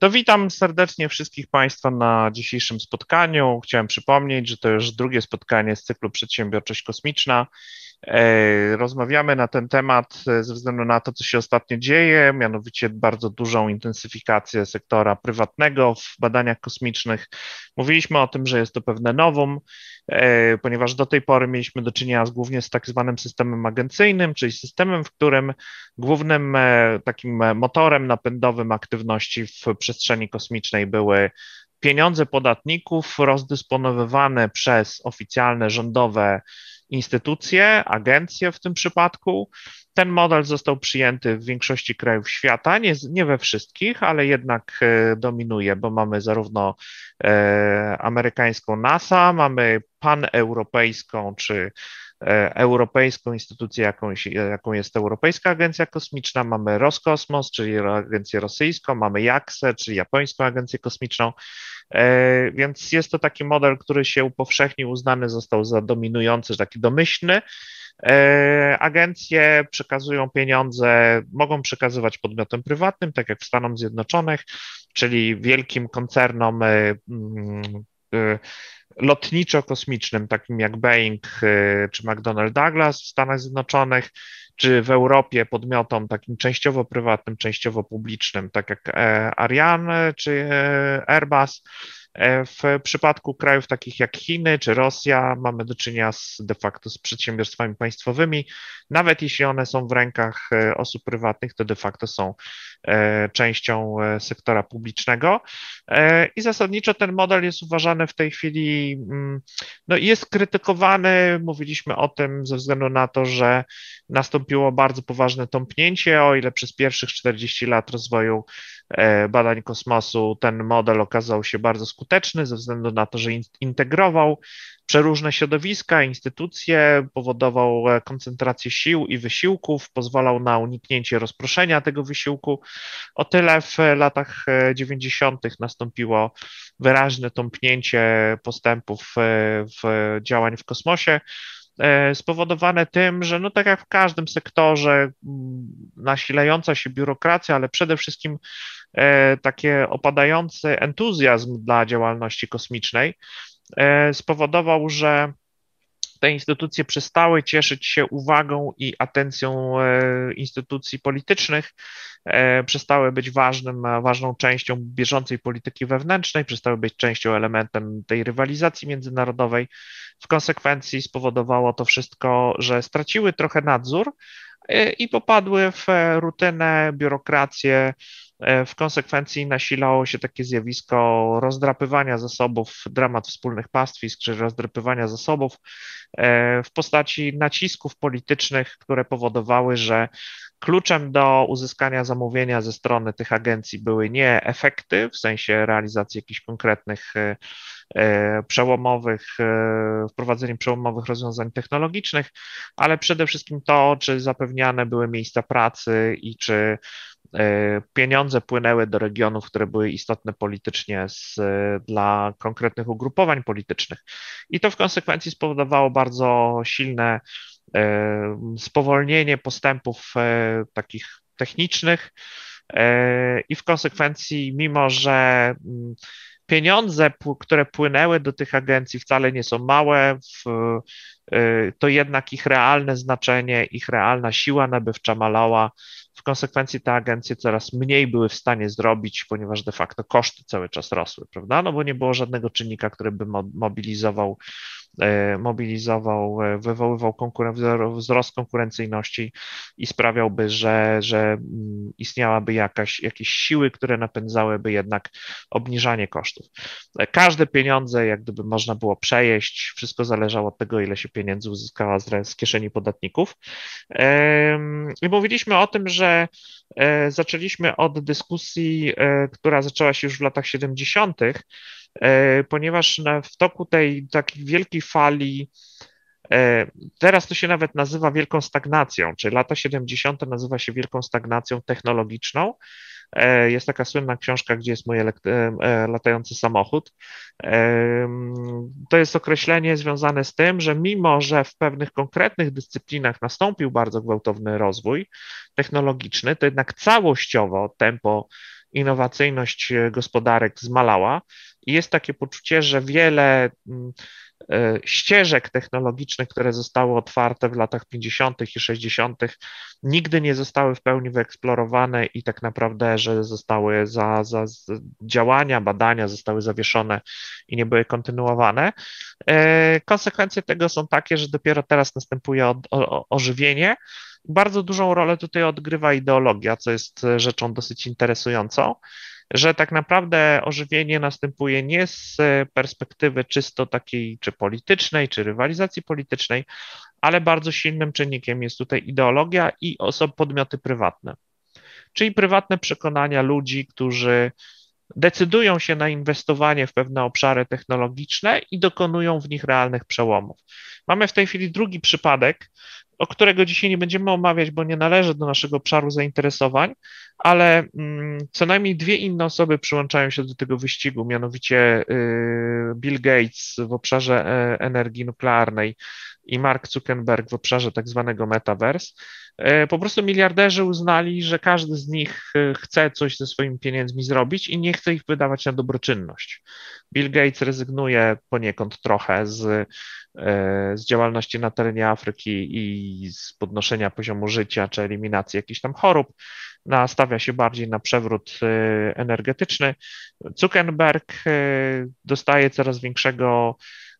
To witam serdecznie wszystkich Państwa na dzisiejszym spotkaniu. Chciałem przypomnieć, że to już drugie spotkanie z cyklu Przedsiębiorczość kosmiczna. Rozmawiamy na ten temat ze względu na to, co się ostatnio dzieje, mianowicie bardzo dużą intensyfikację sektora prywatnego w badaniach kosmicznych. Mówiliśmy o tym, że jest to pewne novum, ponieważ do tej pory mieliśmy do czynienia głównie z tak zwanym systemem agencyjnym, czyli systemem, w którym głównym takim motorem napędowym aktywności w przestrzeni kosmicznej były pieniądze podatników rozdysponowywane przez oficjalne rządowe instytucje, agencje w tym przypadku. Ten model został przyjęty w większości krajów świata, nie we wszystkich, ale jednak dominuje, bo mamy zarówno amerykańską NASA, mamy paneuropejską czy europejską instytucję, jaką jest Europejska Agencja Kosmiczna, mamy Roskosmos, czyli agencję rosyjską, mamy JAXę, czyli japońską agencję kosmiczną, więc jest to taki model, który się upowszechnił, uznany został za dominujący, taki domyślny. Agencje przekazują pieniądze, mogą przekazywać podmiotom prywatnym, tak jak w Stanach Zjednoczonych, czyli wielkim koncernom lotniczo-kosmicznym, takim jak Boeing czy McDonnell Douglas w Stanach Zjednoczonych, czy w Europie podmiotom takim częściowo prywatnym, częściowo publicznym, tak jak Ariane czy Airbus. W przypadku krajów takich jak Chiny czy Rosja mamy do czynienia de facto z przedsiębiorstwami państwowymi. Nawet jeśli one są w rękach osób prywatnych, to de facto są częścią sektora publicznego. I zasadniczo ten model jest uważany w tej chwili, no jest krytykowany. Mówiliśmy o tym ze względu na to, że nastąpiło bardzo poważne tąpnięcie, o ile przez pierwszych 40 lat rozwoju badań kosmosu ten model okazał się bardzo skuteczny ze względu na to, że integrował przeróżne środowiska, instytucje, powodował koncentrację sił i wysiłków, pozwalał na uniknięcie rozproszenia tego wysiłku. O tyle w latach 90. nastąpiło wyraźne tąpnięcie postępów w działań w kosmosie, spowodowane tym, że no tak jak w każdym sektorze, nasilająca się biurokracja, ale przede wszystkim takie opadający entuzjazm dla działalności kosmicznej spowodował, że te instytucje przestały cieszyć się uwagą i atencją instytucji politycznych, przestały być ważną częścią bieżącej polityki wewnętrznej, przestały być częścią, elementem tej rywalizacji międzynarodowej. W konsekwencji spowodowało to wszystko, że straciły trochę nadzór i popadły w rutynę, biurokrację. W konsekwencji nasilało się takie zjawisko rozdrapywania zasobów, dramat wspólnych pastwisk, czy rozdrapywania zasobów w postaci nacisków politycznych, które powodowały, że kluczem do uzyskania zamówienia ze strony tych agencji były nie efekty, w sensie realizacji jakichś konkretnych wprowadzenie przełomowych rozwiązań technologicznych, ale przede wszystkim to, czy zapewniane były miejsca pracy i czy pieniądze płynęły do regionów, które były istotne politycznie dla konkretnych ugrupowań politycznych. I to w konsekwencji spowodowało bardzo silne spowolnienie postępów takich technicznych i w konsekwencji, mimo że pieniądze, które płynęły do tych agencji, wcale nie są małe, to jednak ich realne znaczenie, ich realna siła nabywcza malała. W konsekwencji te agencje coraz mniej były w stanie zrobić, ponieważ de facto koszty cały czas rosły, prawda? No bo nie było żadnego czynnika, który by wywoływał wzrost konkurencyjności i sprawiałby, że istniałaby jakieś siły, które napędzałyby jednak obniżanie kosztów. Każde pieniądze, jak gdyby można było przejeść, wszystko zależało od tego, ile się pieniędzy uzyskała z kieszeni podatników. I mówiliśmy o tym, że zaczęliśmy od dyskusji, która zaczęła się już w latach 70., ponieważ w toku tej takiej wielkiej fali, teraz to się nawet nazywa wielką stagnacją, czyli lata 70. nazywa się wielką stagnacją technologiczną. Jest taka słynna książka, gdzie jest mój latający samochód. To jest określenie związane z tym, że mimo, że w pewnych konkretnych dyscyplinach nastąpił bardzo gwałtowny rozwój technologiczny, to jednak całościowo tempo innowacyjność gospodarek zmalała i jest takie poczucie, że wiele ścieżek technologicznych, które zostały otwarte w latach 50. i 60., nigdy nie zostały w pełni wyeksplorowane i tak naprawdę, że zostały działania, badania zostały zawieszone i nie były kontynuowane. Konsekwencje tego są takie, że dopiero teraz następuje ożywienie. Bardzo dużą rolę tutaj odgrywa ideologia, co jest rzeczą dosyć interesującą, że tak naprawdę ożywienie następuje nie z perspektywy czysto takiej czy politycznej, czy rywalizacji politycznej, ale bardzo silnym czynnikiem jest tutaj ideologia i podmioty prywatne, czyli prywatne przekonania ludzi, którzy decydują się na inwestowanie w pewne obszary technologiczne i dokonują w nich realnych przełomów. Mamy w tej chwili drugi przypadek, o którego dzisiaj nie będziemy omawiać, bo nie należy do naszego obszaru zainteresowań, ale co najmniej dwie inne osoby przyłączają się do tego wyścigu, mianowicie Bill Gates w obszarze energii nuklearnej i Mark Zuckerberg w obszarze tak zwanego metaverse. Po prostu miliarderzy uznali, że każdy z nich chce coś ze swoimi pieniędzmi zrobić i nie chce ich wydawać na dobroczynność. Bill Gates rezygnuje poniekąd trochę z działalności na terenie Afryki i z podnoszenia poziomu życia czy eliminacji jakichś tam chorób, nastawia się bardziej na przewrót energetyczny. Zuckerberg dostaje coraz większego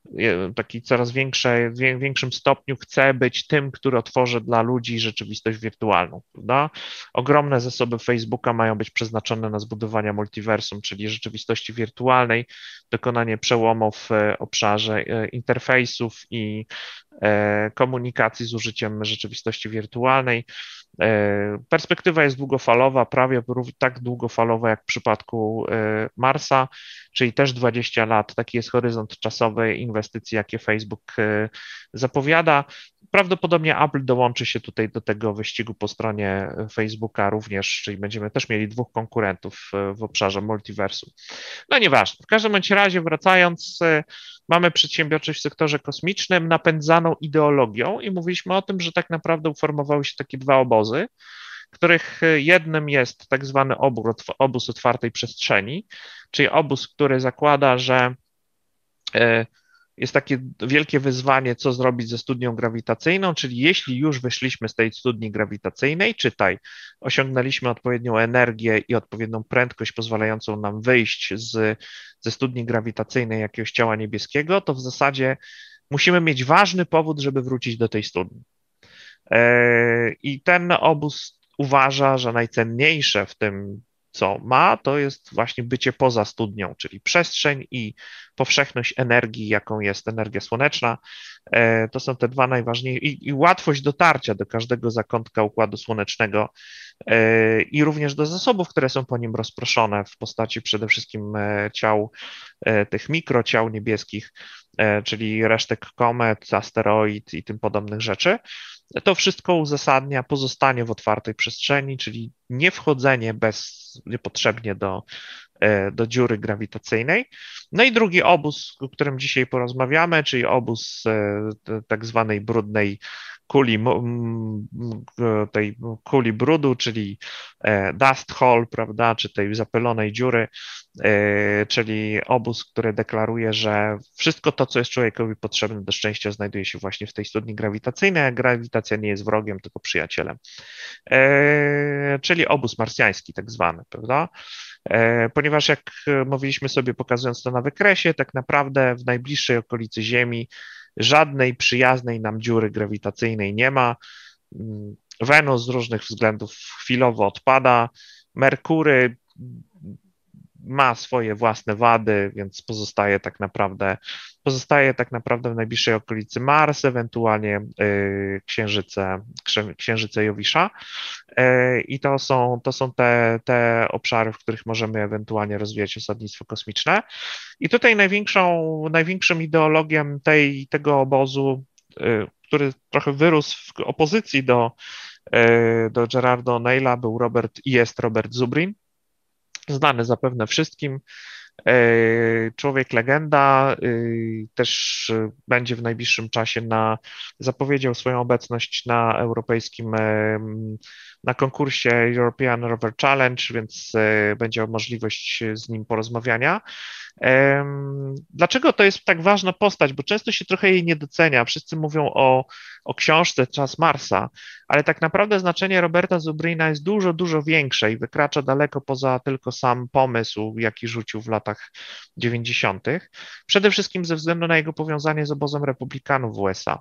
większym stopniu chce być tym, który otworzy dla ludzi rzeczywistość wirtualną, prawda? Ogromne zasoby Facebooka mają być przeznaczone na zbudowanie multiversum, czyli rzeczywistości wirtualnej, dokonanie przełomów w obszarze interfejsów i komunikacji z użyciem rzeczywistości wirtualnej. Perspektywa jest długofalowa, prawie tak długofalowa jak w przypadku Marsa, czyli też 20 lat. Taki jest horyzont czasowy inwestycji, jakie Facebook zapowiada. Prawdopodobnie Apple dołączy się tutaj do tego wyścigu po stronie Facebooka również, czyli będziemy też mieli dwóch konkurentów w obszarze multiversum. No nieważne. W każdym bądź razie wracając, mamy przedsiębiorczość w sektorze kosmicznym napędzaną ideologią i mówiliśmy o tym, że tak naprawdę uformowały się takie dwa obozy, których jednym jest tak zwany obóz otwartej przestrzeni, czyli obóz, który zakłada, że jest takie wielkie wyzwanie, co zrobić ze studnią grawitacyjną, czyli jeśli już wyszliśmy z tej studni grawitacyjnej, czytaj, osiągnęliśmy odpowiednią energię i odpowiednią prędkość pozwalającą nam wyjść ze studni grawitacyjnej jakiegoś ciała niebieskiego, to w zasadzie musimy mieć ważny powód, żeby wrócić do tej studni. I ten obóz uważa, że najcenniejsze w tym, co ma, to jest właśnie bycie poza studnią, czyli przestrzeń i powszechność energii, jaką jest energia słoneczna. To są te dwa najważniejsze i łatwość dotarcia do każdego zakątka Układu Słonecznego i również do zasobów, które są po nim rozproszone w postaci przede wszystkim ciał, tych mikrociał niebieskich, czyli resztek komet, asteroid i tym podobnych rzeczy. To wszystko uzasadnia pozostanie w otwartej przestrzeni, czyli nie wchodzenie niepotrzebnie do dziury grawitacyjnej. No i drugi obóz, o którym dzisiaj porozmawiamy, czyli obóz tak zwanej brudnej kuli, tej kuli brudu, czyli dust hole, prawda, czy tej zapylonej dziury, czyli obóz, który deklaruje, że wszystko to, co jest człowiekowi potrzebne do szczęścia, znajduje się właśnie w tej studni grawitacyjnej, a grawitacja nie jest wrogiem, tylko przyjacielem. Czyli obóz marsjański tak zwany, prawda? Ponieważ jak mówiliśmy sobie, pokazując to na wykresie, tak naprawdę w najbliższej okolicy Ziemi żadnej przyjaznej nam dziury grawitacyjnej nie ma. Wenus z różnych względów chwilowo odpada, Merkury ma swoje własne wady, więc pozostaje tak naprawdę w najbliższej okolicy Mars, ewentualnie księżyce Jowisza. I to są te obszary, w których możemy ewentualnie rozwijać osadnictwo kosmiczne. I tutaj największym ideologiem tego obozu, który trochę wyrósł w opozycji do Gerarda O'Neilla, jest Robert Zubrin, znany zapewne wszystkim. Człowiek legenda też będzie w najbliższym czasie zapowiedział swoją obecność na europejskim, na konkursie European Rover Challenge, więc będzie możliwość z nim porozmawiania. Dlaczego to jest tak ważna postać? Bo często się trochę jej nie docenia. Wszyscy mówią o książce Czas Marsa, ale tak naprawdę znaczenie Roberta Zubrina jest dużo, dużo większe i wykracza daleko poza tylko sam pomysł, jaki rzucił w latach 90. Przede wszystkim ze względu na jego powiązanie z obozem republikanów w USA.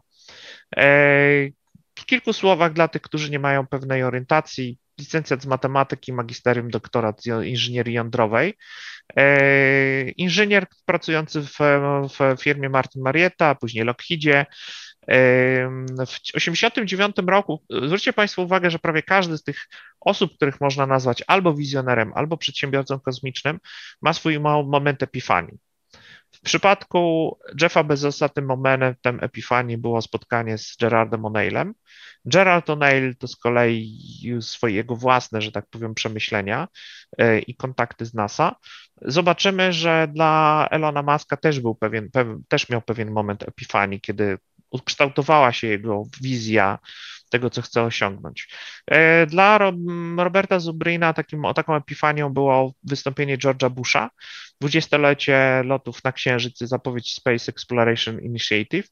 W kilku słowach dla tych, którzy nie mają pewnej orientacji, licencjat z matematyki, magisterium, doktorat z inżynierii jądrowej, inżynier pracujący w firmie Martin Marietta, a później Lockheedzie. W 1989 roku, zwróćcie Państwo uwagę, że prawie każdy z tych osób, których można nazwać albo wizjonerem, albo przedsiębiorcą kosmicznym, ma swój moment epifanii. W przypadku Jeffa Bezosa tym momentem epifanii było spotkanie z Gerardem O'Neillem. Gerard O'Neill to z kolei swojego własne, że tak powiem, przemyślenia i kontakty z NASA. Zobaczymy, że dla Elona Muska też miał pewien moment epifanii, kiedy ukształtowała się jego wizja tego, co chce osiągnąć. Dla Roberta Zubrina taką epifanią było wystąpienie George'a Busha, 20-lecie lotów na Księżyc i zapowiedź Space Exploration Initiative.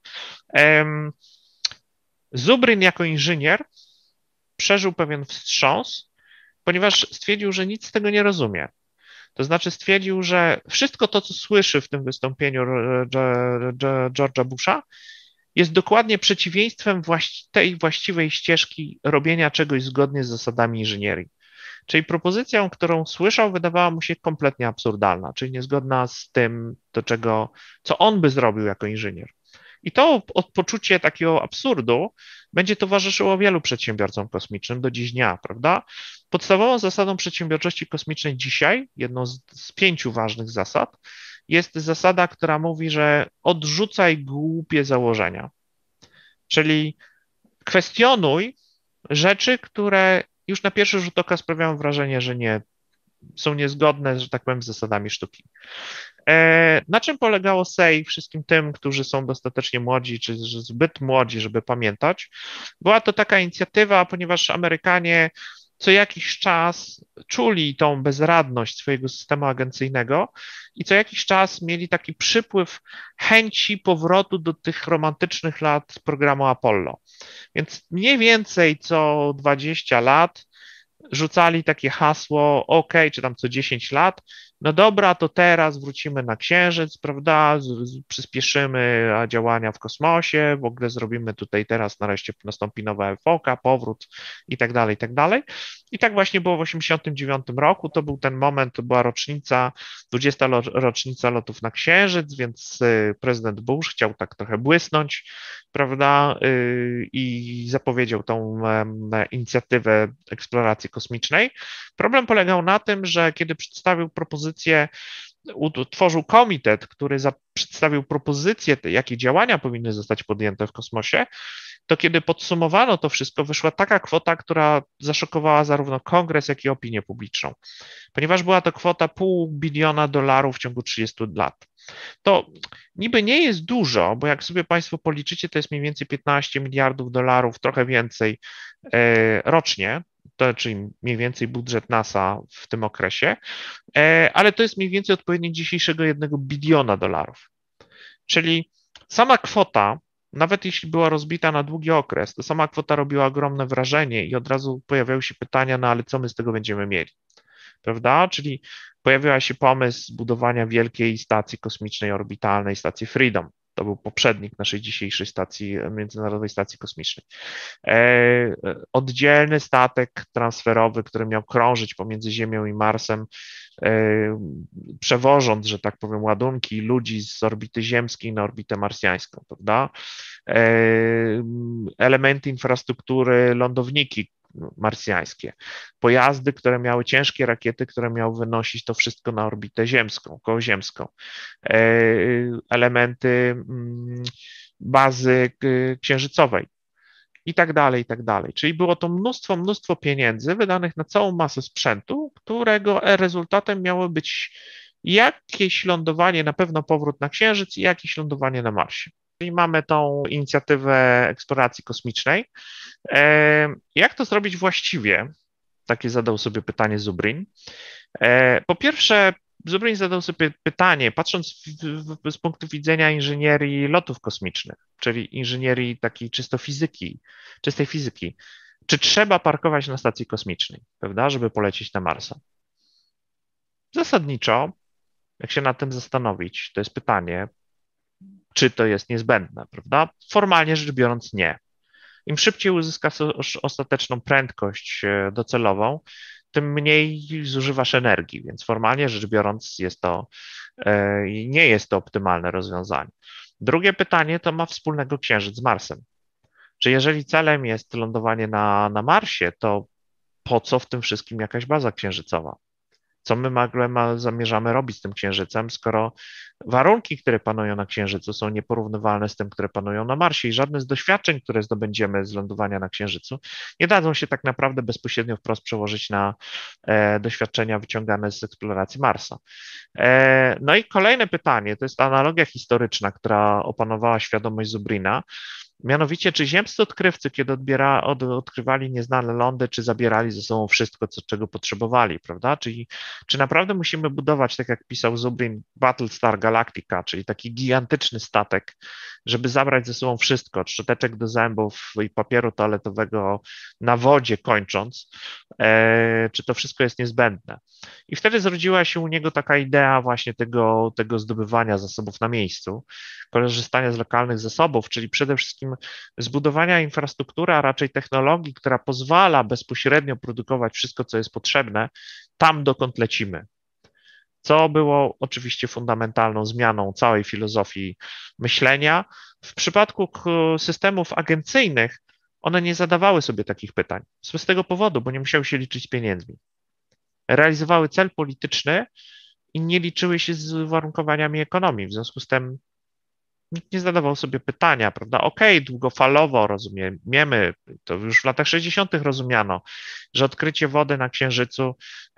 Zubrin jako inżynier przeżył pewien wstrząs, ponieważ stwierdził, że nic z tego nie rozumie. To znaczy stwierdził, że wszystko to, co słyszy w tym wystąpieniu George'a Busha, jest dokładnie przeciwieństwem tej właściwej ścieżki robienia czegoś zgodnie z zasadami inżynierii. Czyli propozycją, którą słyszał, wydawała mu się kompletnie absurdalna, czyli niezgodna z tym, co on by zrobił jako inżynier. I to poczucie takiego absurdu będzie towarzyszyło wielu przedsiębiorcom kosmicznym do dziś dnia, prawda? Podstawową zasadą przedsiębiorczości kosmicznej dzisiaj, jedną z 5 ważnych zasad, jest zasada, która mówi, że odrzucaj głupie założenia. Czyli kwestionuj rzeczy, które już na pierwszy rzut oka sprawiają wrażenie, że są niezgodne, że tak powiem, z zasadami sztuki. Na czym polegało SEI wszystkim tym, którzy są dostatecznie młodzi, czy zbyt młodzi, żeby pamiętać? Była to taka inicjatywa, ponieważ Amerykanie co jakiś czas czuli tą bezradność swojego systemu agencyjnego i co jakiś czas mieli taki przypływ chęci powrotu do tych romantycznych lat programu Apollo. Więc mniej więcej co 20 lat rzucali takie hasło, OK, czy tam co 10 lat, no dobra, to teraz wrócimy na Księżyc, prawda, przyspieszymy działania w kosmosie, w ogóle zrobimy tutaj teraz, nareszcie nastąpi nowa epoka, powrót i tak dalej, i tak dalej. I tak właśnie było w 1989 roku, to był ten moment, to była 20. rocznica lotów na Księżyc, więc prezydent Bush chciał tak trochę błysnąć, prawda, i zapowiedział tą inicjatywę eksploracji kosmicznej. Problem polegał na tym, że kiedy przedstawił propozycję, utworzył komitet, który przedstawił propozycję, jakie działania powinny zostać podjęte w kosmosie, to kiedy podsumowano to wszystko, wyszła taka kwota, która zaszokowała zarówno Kongres, jak i opinię publiczną, ponieważ była to kwota $500 miliona w ciągu 30 lat. To niby nie jest dużo, bo jak sobie Państwo policzycie, to jest mniej więcej $15 miliardów, trochę więcej rocznie, czyli mniej więcej budżet NASA w tym okresie, ale to jest mniej więcej odpowiednik dzisiejszego $1 biliona. Czyli sama kwota, nawet jeśli była rozbita na długi okres, to sama kwota robiła ogromne wrażenie i od razu pojawiały się pytania, no ale co my z tego będziemy mieli, prawda? Czyli pojawił się pomysł zbudowania wielkiej stacji kosmicznej orbitalnej, stacji Freedom. To był poprzednik naszej dzisiejszej stacji, Międzynarodowej Stacji Kosmicznej. Oddzielny statek transferowy, który miał krążyć pomiędzy Ziemią i Marsem, przewożąc, że tak powiem, ładunki ludzi z orbity ziemskiej na orbitę marsjańską, prawda? Elementy infrastruktury, lądowniki marsjańskie, pojazdy, które miały ciężkie rakiety, które miały wynosić to wszystko na orbitę ziemską, kołoziemską, elementy bazy księżycowej i tak dalej, i tak dalej. Czyli było to mnóstwo pieniędzy wydanych na całą masę sprzętu, którego rezultatem miało być jakieś lądowanie, na pewno powrót na Księżyc i jakieś lądowanie na Marsie. Czyli mamy tą inicjatywę eksploracji kosmicznej. Jak to zrobić właściwie? Takie zadał sobie pytanie Zubrin. Po pierwsze, Zubrin zadał sobie pytanie, patrząc z punktu widzenia inżynierii lotów kosmicznych, czyli inżynierii takiej czystej fizyki, czy trzeba parkować na stacji kosmicznej, prawda, żeby polecieć na Marsa? Zasadniczo, jak się nad tym zastanowić, to jest pytanie, czy to jest niezbędne, prawda? Formalnie rzecz biorąc, nie. Im szybciej uzyskasz ostateczną prędkość docelową, tym mniej zużywasz energii, więc formalnie rzecz biorąc nie jest to optymalne rozwiązanie. Drugie pytanie to ma wspólnego Księżyc z Marsem. Czy jeżeli celem jest lądowanie na Marsie, to po co w tym wszystkim jakaś baza księżycowa? Co my zamierzamy robić z tym Księżycem, skoro warunki, które panują na Księżycu, są nieporównywalne z tym, które panują na Marsie i żadne z doświadczeń, które zdobędziemy z lądowania na Księżycu, nie dadzą się tak naprawdę bezpośrednio wprost przełożyć na doświadczenia wyciągane z eksploracji Marsa. No i kolejne pytanie, to jest analogia historyczna, która opanowała świadomość Zubrina. Mianowicie, czy ziemscy odkrywcy, kiedy odkrywali nieznane lądy, czy zabierali ze sobą wszystko, czego potrzebowali, prawda? Czyli czy naprawdę musimy budować, tak jak pisał Zubrin, Battlestar Galactica, czyli taki gigantyczny statek, żeby zabrać ze sobą wszystko, od szczoteczek do zębów i papieru toaletowego na wodzie kończąc, czy to wszystko jest niezbędne? I wtedy zrodziła się u niego taka idea właśnie tego zdobywania zasobów na miejscu, korzystania z lokalnych zasobów, czyli przede wszystkim zbudowania infrastruktury, a raczej technologii, która pozwala bezpośrednio produkować wszystko, co jest potrzebne, tam dokąd lecimy. Co było oczywiście fundamentalną zmianą całej filozofii myślenia. W przypadku systemów agencyjnych one nie zadawały sobie takich pytań. Z tego powodu, bo nie musiały się liczyć z pieniędzmi. Realizowały cel polityczny i nie liczyły się z warunkowaniami ekonomii. W związku z tym nikt nie zadawał sobie pytania, prawda? Okej, długofalowo rozumiemy, to już w latach 60. rozumiano, że odkrycie wody na Księżycu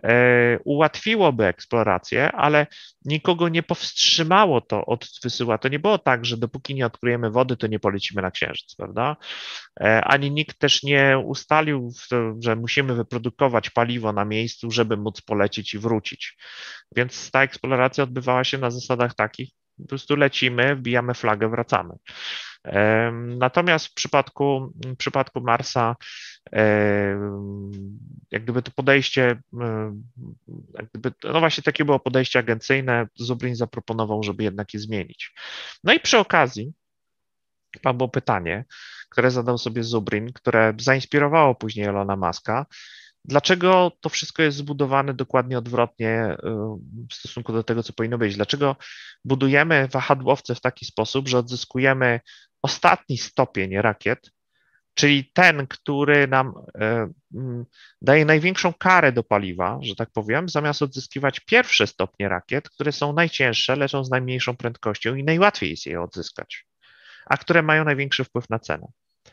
ułatwiłoby eksplorację, ale nikogo nie powstrzymało to od wysyła. To nie było tak, że dopóki nie odkryjemy wody, to nie polecimy na Księżyc, prawda? Ani nikt też nie ustalił, że musimy wyprodukować paliwo na miejscu, żeby móc polecieć i wrócić. Więc ta eksploracja odbywała się na zasadach takich, po prostu lecimy, wbijamy flagę, wracamy. Natomiast w przypadku Marsa, jak gdyby to podejście, no właśnie takie było podejście agencyjne, Zubrin zaproponował, żeby jednak je zmienić. No i przy okazji było pytanie, które zadał sobie Zubrin, które zainspirowało później Elona Muska. Dlaczego to wszystko jest zbudowane dokładnie odwrotnie w stosunku do tego, co powinno być? Dlaczego budujemy wahadłowce w taki sposób, że odzyskujemy ostatni stopień rakiet, czyli ten, który nam daje największą karę do paliwa, że tak powiem, zamiast odzyskiwać pierwsze stopnie rakiet, które są najcięższe, lecą z najmniejszą prędkością i najłatwiej jest je odzyskać, a które mają największy wpływ na cenę.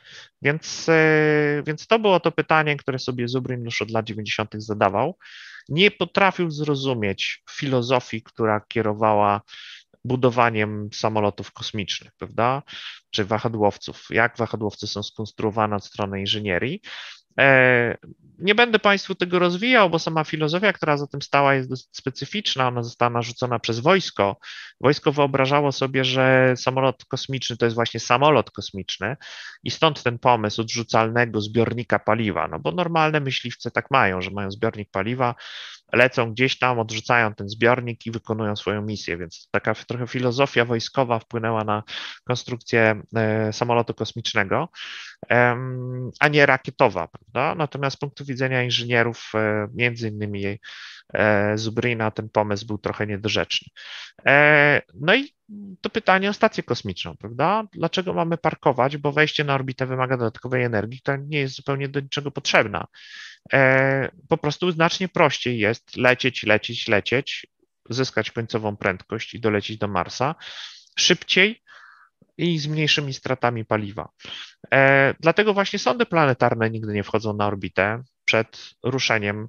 Więc to było to pytanie, które sobie Zubrin już od lat 90. zadawał. Nie potrafił zrozumieć filozofii, która kierowała budowaniem samolotów kosmicznych, prawda? Czy wahadłowców, jak wahadłowce są skonstruowane od strony inżynierii. Nie będę Państwu tego rozwijał, bo sama filozofia, która za tym stała, jest dosyć specyficzna. Ona została narzucona przez wojsko. Wojsko wyobrażało sobie, że samolot kosmiczny to jest właśnie samolot kosmiczny i stąd ten pomysł odrzucalnego zbiornika paliwa, no bo normalne myśliwce tak mają, że mają zbiornik paliwa, lecą gdzieś tam, odrzucają ten zbiornik i wykonują swoją misję, więc taka trochę filozofia wojskowa wpłynęła na konstrukcję samolotu kosmicznego, a nie rakietowa, prawda? Natomiast z punktu widzenia inżynierów, między innymi Zubrina, ten pomysł był trochę niedorzeczny. No i to pytanie o stację kosmiczną, prawda? Dlaczego mamy parkować, bo wejście na orbitę wymaga dodatkowej energii, która nie jest zupełnie do niczego potrzebna. Po prostu znacznie prościej jest lecieć, zyskać końcową prędkość i dolecieć do Marsa szybciej i z mniejszymi stratami paliwa. Dlatego właśnie sondy planetarne nigdy nie wchodzą na orbitę przed ruszeniem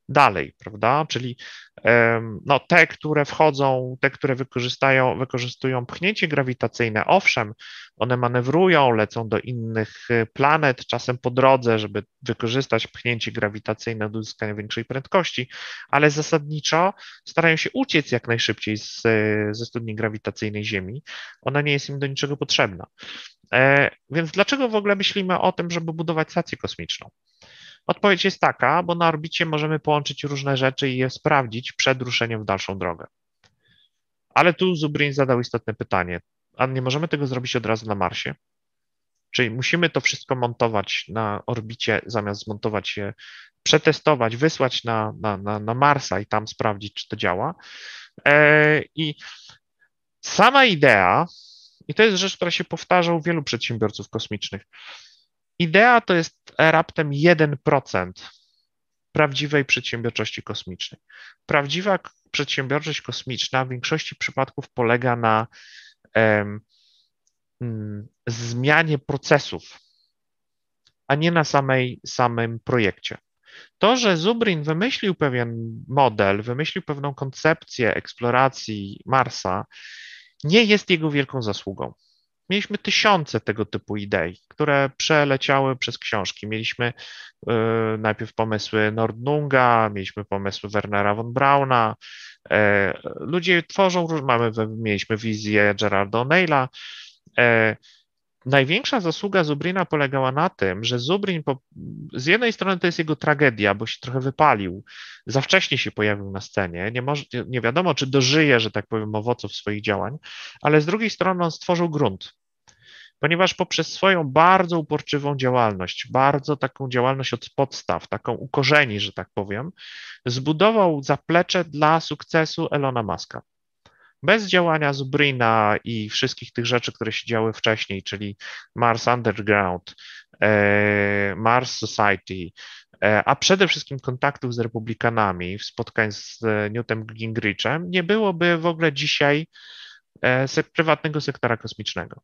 dalej, prawda? Czyli no, te, które wchodzą, te, które wykorzystują pchnięcie grawitacyjne, owszem, one manewrują, lecą do innych planet, czasem po drodze, żeby wykorzystać pchnięcie grawitacyjne do uzyskania większej prędkości, ale zasadniczo starają się uciec jak najszybciej ze studni grawitacyjnej Ziemi. Ona nie jest im do niczego potrzebna. Więc dlaczego w ogóle myślimy o tym, żeby budować stację kosmiczną? Odpowiedź jest taka, bo na orbicie możemy połączyć różne rzeczy i je sprawdzić przed ruszeniem w dalszą drogę. Ale tu Zubrin zadał istotne pytanie, a nie możemy tego zrobić od razu na Marsie? Czyli musimy to wszystko montować na orbicie, zamiast zmontować je, przetestować, wysłać na Marsa i tam sprawdzić, czy to działa. I sama idea, i to jest rzecz, która się powtarza u wielu przedsiębiorców kosmicznych, idea to jest raptem 1% prawdziwej przedsiębiorczości kosmicznej. Prawdziwa przedsiębiorczość kosmiczna w większości przypadków polega na zmianie procesów, a nie na samym projekcie. To, że Zubrin wymyślił pewien model, wymyślił pewną koncepcję eksploracji Marsa, nie jest jego wielką zasługą. Mieliśmy tysiące tego typu idei, które przeleciały przez książki. Mieliśmy najpierw pomysły Nordlunga, mieliśmy pomysły Wernera von Brauna. Ludzie tworzą, mieliśmy wizję Gerarda O'Neilla. Największa zasługa Zubrina polegała na tym, że Zubrin z jednej strony to jest jego tragedia, bo się trochę wypalił, za wcześnie się pojawił na scenie, nie wiadomo, czy dożyje, że tak powiem, owoców swoich działań, ale z drugiej strony on stworzył grunt, ponieważ poprzez swoją bardzo uporczywą działalność, bardzo taką działalność od podstaw, taką u korzeni, że tak powiem, zbudował zaplecze dla sukcesu Elona Muska. Bez działania Zubrina i wszystkich tych rzeczy, które się działy wcześniej, czyli Mars Underground, Mars Society, a przede wszystkim kontaktów z republikanami, spotkań z Newtem Gingrichem, nie byłoby w ogóle dzisiaj prywatnego sektora kosmicznego.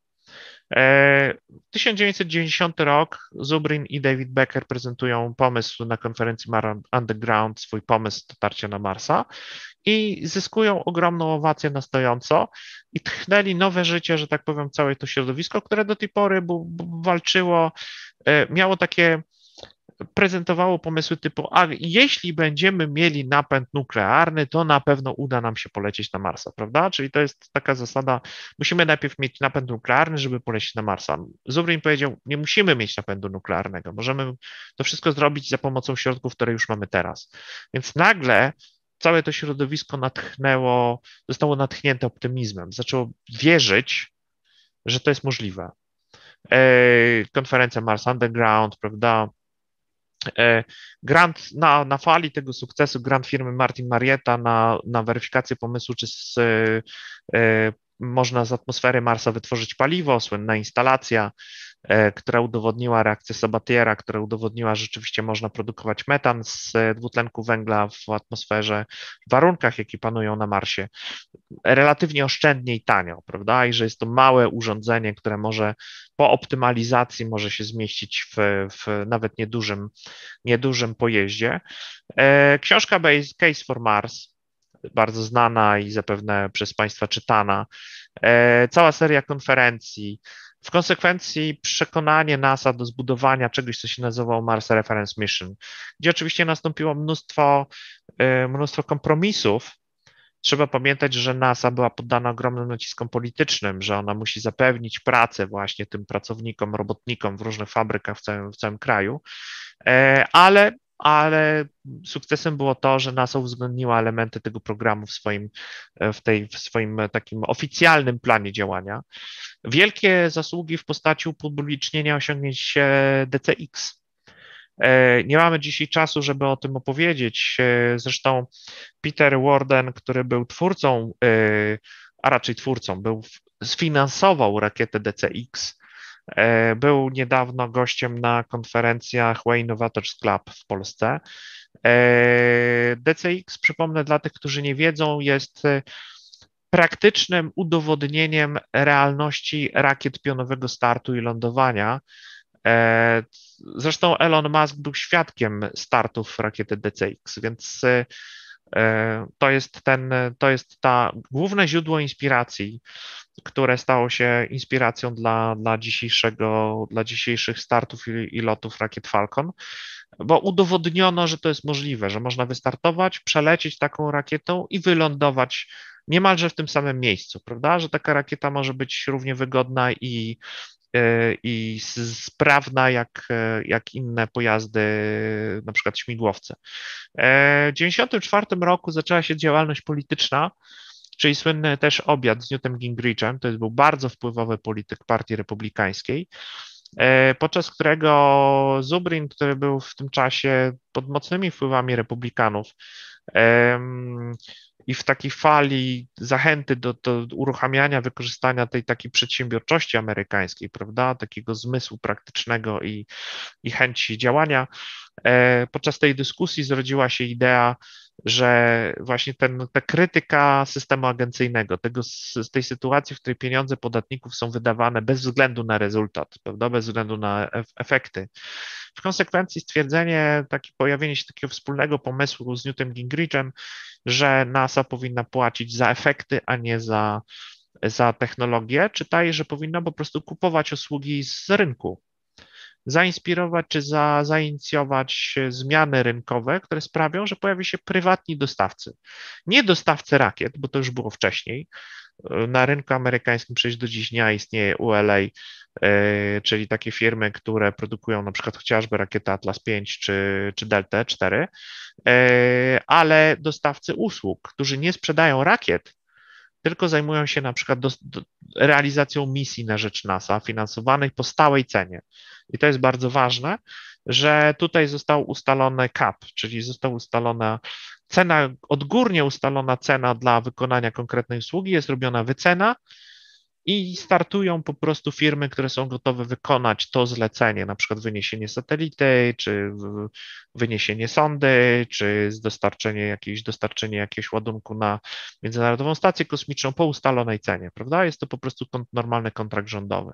1990 rok, Zubrin i David Becker prezentują pomysł na konferencji Mars Underground, swój pomysł dotarcia na Marsa i zyskują ogromną owację na stojąco i tchnęli nowe życie, że tak powiem, całe to środowisko, które do tej pory walczyło, miało takie, prezentowało pomysły typu, a jeśli będziemy mieli napęd nuklearny, to na pewno uda nam się polecieć na Marsa, prawda? Czyli to jest taka zasada, musimy najpierw mieć napęd nuklearny, żeby polecieć na Marsa. Zubrin powiedział, nie musimy mieć napędu nuklearnego, możemy to wszystko zrobić za pomocą środków, które już mamy teraz. Więc nagle całe to środowisko zostało natchnięte optymizmem, zaczęło wierzyć, że to jest możliwe. Konferencja Mars Underground, prawda? Grant na fali tego sukcesu, grant firmy Martin Marietta na weryfikację pomysłu, czy można z atmosfery Marsa wytworzyć paliwo, słynna instalacja, która udowodniła reakcję Sabatiera, która udowodniła, że rzeczywiście można produkować metan z dwutlenku węgla w atmosferze, w warunkach, jakie panują na Marsie, relatywnie oszczędnie i tanio, prawda? I że jest to małe urządzenie, które może po optymalizacji może się zmieścić w nawet niedużym pojeździe. Książka Case for Mars, bardzo znana i zapewne przez Państwa czytana, cała seria konferencji, w konsekwencji przekonanie NASA do zbudowania czegoś, co się nazywało Mars Reference Mission, gdzie oczywiście nastąpiło mnóstwo kompromisów. Trzeba pamiętać, że NASA była poddana ogromnym naciskom politycznym, że ona musi zapewnić pracę właśnie tym pracownikom, robotnikom w różnych fabrykach w całym kraju, ale sukcesem było to, że NASA uwzględniła elementy tego programu w swoim takim oficjalnym planie działania. Wielkie zasługi w postaci upublicznienia osiągnięć DCX. Nie mamy dzisiaj czasu, żeby o tym opowiedzieć. Zresztą Peter Warden, który był twórcą, a raczej twórcą, sfinansował rakietę DCX, był niedawno gościem na konferencjach Huawei Innovators Club w Polsce. DCX, przypomnę dla tych, którzy nie wiedzą, jest praktycznym udowodnieniem realności rakiet pionowego startu i lądowania Zresztą Elon Musk był świadkiem startów rakiety DCX, więc to jest ta główne źródło inspiracji, które stało się inspiracją dla dzisiejszych startów i lotów rakiet Falcon, bo udowodniono, że to jest możliwe, że można wystartować, przelecieć taką rakietą i wylądować niemalże w tym samym miejscu, prawda? Że taka rakieta może być równie wygodna i sprawna jak inne pojazdy, na przykład śmigłowce. W 1994 roku zaczęła się działalność polityczna, czyli słynny też obiad z Newtem Gingrichem, to był bardzo wpływowy polityk Partii Republikańskiej, podczas którego Zubrin, który był w tym czasie pod mocnymi wpływami republikanów i w takiej fali zachęty do uruchamiania, wykorzystania tej takiej przedsiębiorczości amerykańskiej, prawda, takiego zmysłu praktycznego i chęci działania, podczas tej dyskusji zrodziła się idea, że właśnie ta krytyka systemu agencyjnego, z tej sytuacji, w której pieniądze podatników są wydawane bez względu na rezultat, prawda, bez względu na efekty. W konsekwencji pojawienie się takiego wspólnego pomysłu z Newtem Gingrichem, że NASA powinna płacić za efekty, a nie za technologię, czytaj, że powinna po prostu kupować usługi z rynku, zainspirować czy zainicjować zmiany rynkowe, które sprawią, że pojawi się prywatni dostawcy. Nie dostawcy rakiet, bo to już było wcześniej. Na rynku amerykańskim przecież do dziś dnia istnieje ULA, czyli takie firmy, które produkują na przykład chociażby rakietę Atlas 5 czy Delta 4, ale dostawcy usług, którzy nie sprzedają rakiet, tylko zajmują się na przykład realizacją misji na rzecz NASA, finansowanej po stałej cenie. I to jest bardzo ważne, że tutaj został ustalony cap, czyli została ustalona cena, odgórnie ustalona cena dla wykonania konkretnej usługi, jest robiona wycena i startują po prostu firmy, które są gotowe wykonać to zlecenie, na przykład wyniesienie satelity, czy wyniesienie sondy, czy dostarczenie jakiegoś ładunku na Międzynarodową Stację Kosmiczną po ustalonej cenie, prawda? Jest to po prostu normalny kontrakt rządowy.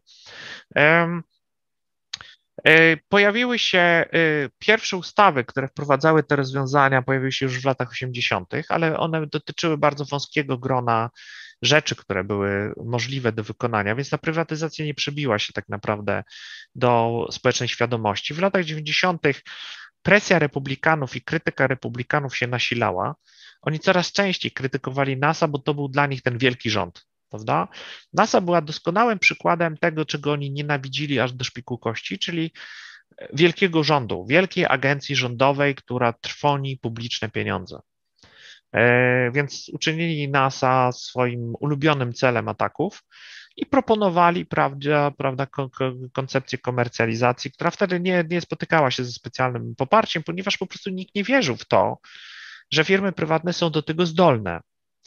Pojawiły się pierwsze ustawy, które wprowadzały te rozwiązania, pojawiły się już w latach 80., ale one dotyczyły bardzo wąskiego grona rzeczy, które były możliwe do wykonania, więc ta prywatyzacja nie przebiła się tak naprawdę do społecznej świadomości. W latach 90. presja republikanów i krytyka republikanów się nasilała. Oni coraz częściej krytykowali NASA, bo to był dla nich ten wielki rząd, prawda? NASA była doskonałym przykładem tego, czego oni nienawidzili aż do szpiku kości, czyli wielkiego rządu, wielkiej agencji rządowej, która trwoni publiczne pieniądze. Więc uczynili NASA swoim ulubionym celem ataków i proponowali, prawda, koncepcję komercjalizacji, która wtedy nie spotykała się ze specjalnym poparciem, ponieważ po prostu nikt nie wierzył w to, że firmy prywatne są do tego zdolne.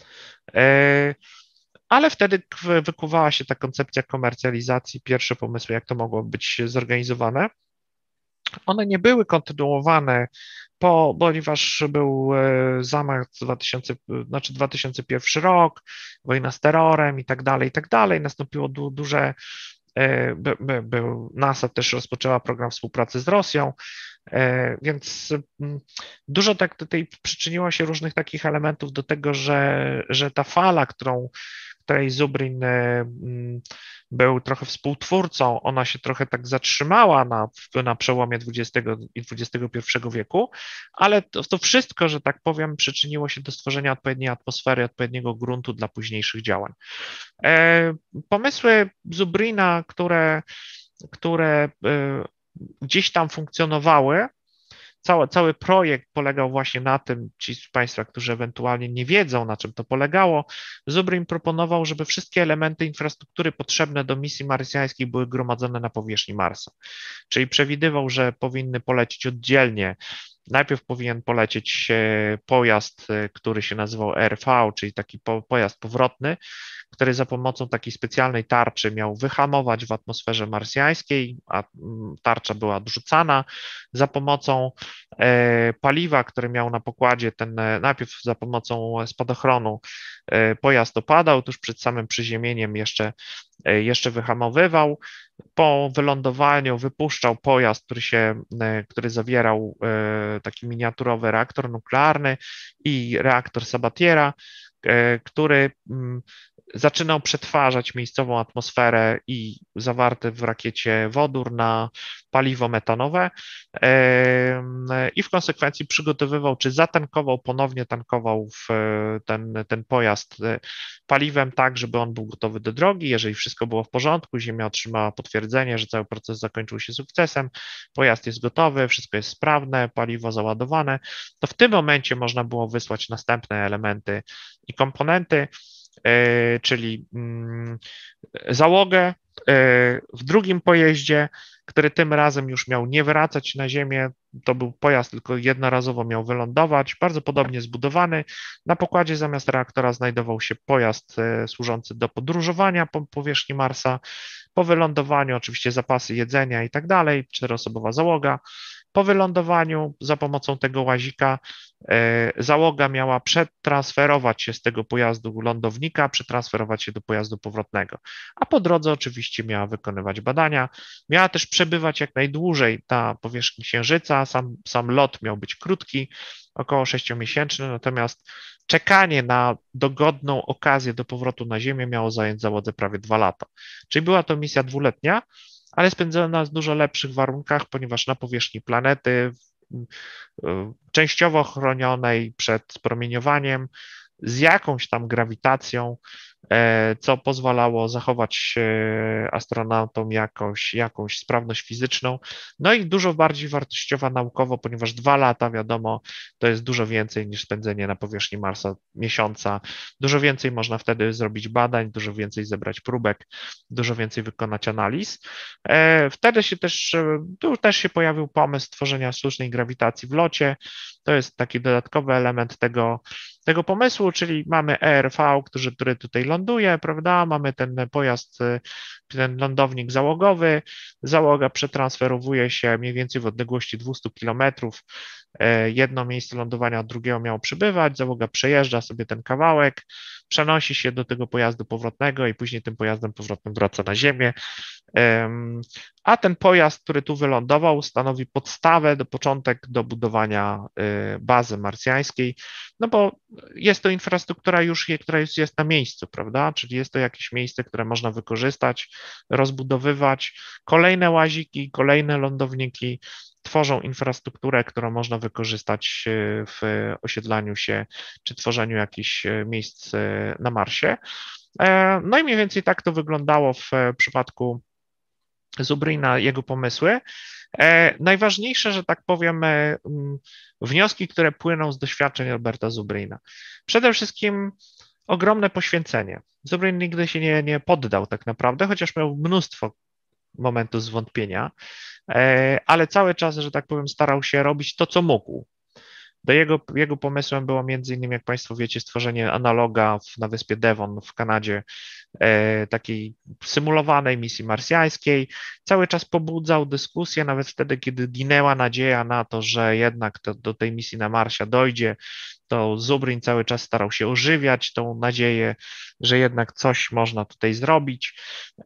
Ale wtedy wykuwała się ta koncepcja komercjalizacji, pierwsze pomysły, jak to mogło być zorganizowane. One nie były kontynuowane, ponieważ był zamach 2001 rok, wojna z terrorem i tak dalej. Nastąpiło duże, NASA też rozpoczęła program współpracy z Rosją, więc dużo tutaj przyczyniło się różnych takich elementów do tego, że ta fala, której Zubrin był trochę współtwórcą, ona się trochę tak zatrzymała na przełomie XX i XXI wieku, ale to wszystko, że tak powiem, przyczyniło się do stworzenia odpowiedniej atmosfery, odpowiedniego gruntu dla późniejszych działań. Pomysły Zubrina, które gdzieś tam funkcjonowały, cały projekt polegał właśnie na tym, ci z Państwa, którzy ewentualnie nie wiedzą, na czym to polegało, Zubrin proponował, żeby wszystkie elementy infrastruktury potrzebne do misji marsjańskiej były gromadzone na powierzchni Marsa. Czyli przewidywał, że powinny polecieć oddzielnie. Najpierw powinien polecieć pojazd, który się nazywał RV, czyli taki pojazd powrotny, który za pomocą takiej specjalnej tarczy miał wyhamować w atmosferze marsjańskiej, a tarcza była odrzucana. Za pomocą paliwa, które miał na pokładzie, najpierw za pomocą spadochronu pojazd opadał, tuż przed samym przyziemieniem jeszcze jeszcze wyhamowywał. Po wylądowaniu wypuszczał pojazd, który zawierał taki miniaturowy reaktor nuklearny i reaktor Sabatiera, który zaczynał przetwarzać miejscową atmosferę i zawarty w rakiecie wodór na paliwo metanowe i w konsekwencji przygotowywał, czy ponownie tankował ten pojazd paliwem tak, żeby on był gotowy do drogi. Jeżeli wszystko było w porządku, Ziemia otrzymała potwierdzenie, że cały proces zakończył się sukcesem, pojazd jest gotowy, wszystko jest sprawne, paliwo załadowane, to w tym momencie można było wysłać następne elementy i komponenty, czyli załogę w drugim pojeździe, który tym razem już miał nie wracać na Ziemię. To był pojazd, tylko jednorazowo miał wylądować, bardzo podobnie zbudowany. Na pokładzie zamiast reaktora znajdował się pojazd służący do podróżowania po powierzchni Marsa. Po wylądowaniu oczywiście zapasy jedzenia i tak dalej, czteroosobowa załoga. Po wylądowaniu za pomocą tego łazika załoga miała przetransferować się z tego pojazdu lądownika, przetransferować się do pojazdu powrotnego, a po drodze oczywiście miała wykonywać badania, miała też przebywać jak najdłużej na powierzchni Księżyca, sam lot miał być krótki, około 6-miesięczny, natomiast czekanie na dogodną okazję do powrotu na Ziemię miało zająć załodze prawie 2 lata. Czyli była to misja dwuletnia, ale spędzona w dużo lepszych warunkach, ponieważ na powierzchni planety, częściowo chronionej przed promieniowaniem, z jakąś tam grawitacją, co pozwalało zachować astronautom jakąś sprawność fizyczną, no i dużo bardziej wartościowa naukowo, ponieważ 2 lata, wiadomo, to jest dużo więcej niż spędzenie na powierzchni Marsa miesiąca, dużo więcej można wtedy zrobić badań, dużo więcej zebrać próbek, dużo więcej wykonać analiz. Wtedy tu też się pojawił pomysł tworzenia sztucznej grawitacji w locie. To jest taki dodatkowy element tego pomysłu, czyli mamy ERV, który tutaj ląduje, prawda? Mamy ten pojazd, ten lądownik załogowy. Załoga przetransferowuje się mniej więcej w odległości 200 kilometrów. Jedno miejsce lądowania od drugiego miało przybywać. Załoga przejeżdża sobie ten kawałek, przenosi się do tego pojazdu powrotnego i później tym pojazdem powrotnym wraca na Ziemię. A ten pojazd, który tu wylądował, stanowi podstawę początek do budowania bazy marsjańskiej, no bo jest to infrastruktura która już jest na miejscu, prawda? Czyli jest to jakieś miejsce, które można wykorzystać, rozbudowywać. Kolejne łaziki, kolejne lądowniki tworzą infrastrukturę, którą można wykorzystać w osiedlaniu się czy tworzeniu jakichś miejsc na Marsie. No i mniej więcej tak to wyglądało w przypadku Zubrina, jego pomysły. Najważniejsze, że tak powiem, wnioski, które płyną z doświadczeń Alberta Zubrina. Przede wszystkim ogromne poświęcenie. Zubrin nigdy się nie poddał tak naprawdę, chociaż miał mnóstwo momentów zwątpienia, ale cały czas, że tak powiem, starał się robić to, co mógł. Jego pomysłem było między innymi, jak Państwo wiecie, stworzenie analoga na wyspie Devon w Kanadzie, takiej symulowanej misji marsjańskiej. Cały czas pobudzał dyskusję, nawet wtedy, kiedy ginęła nadzieja na to, że jednak do tej misji na Marsie dojdzie, to Zubrin cały czas starał się ożywiać tą nadzieję, że jednak coś można tutaj zrobić.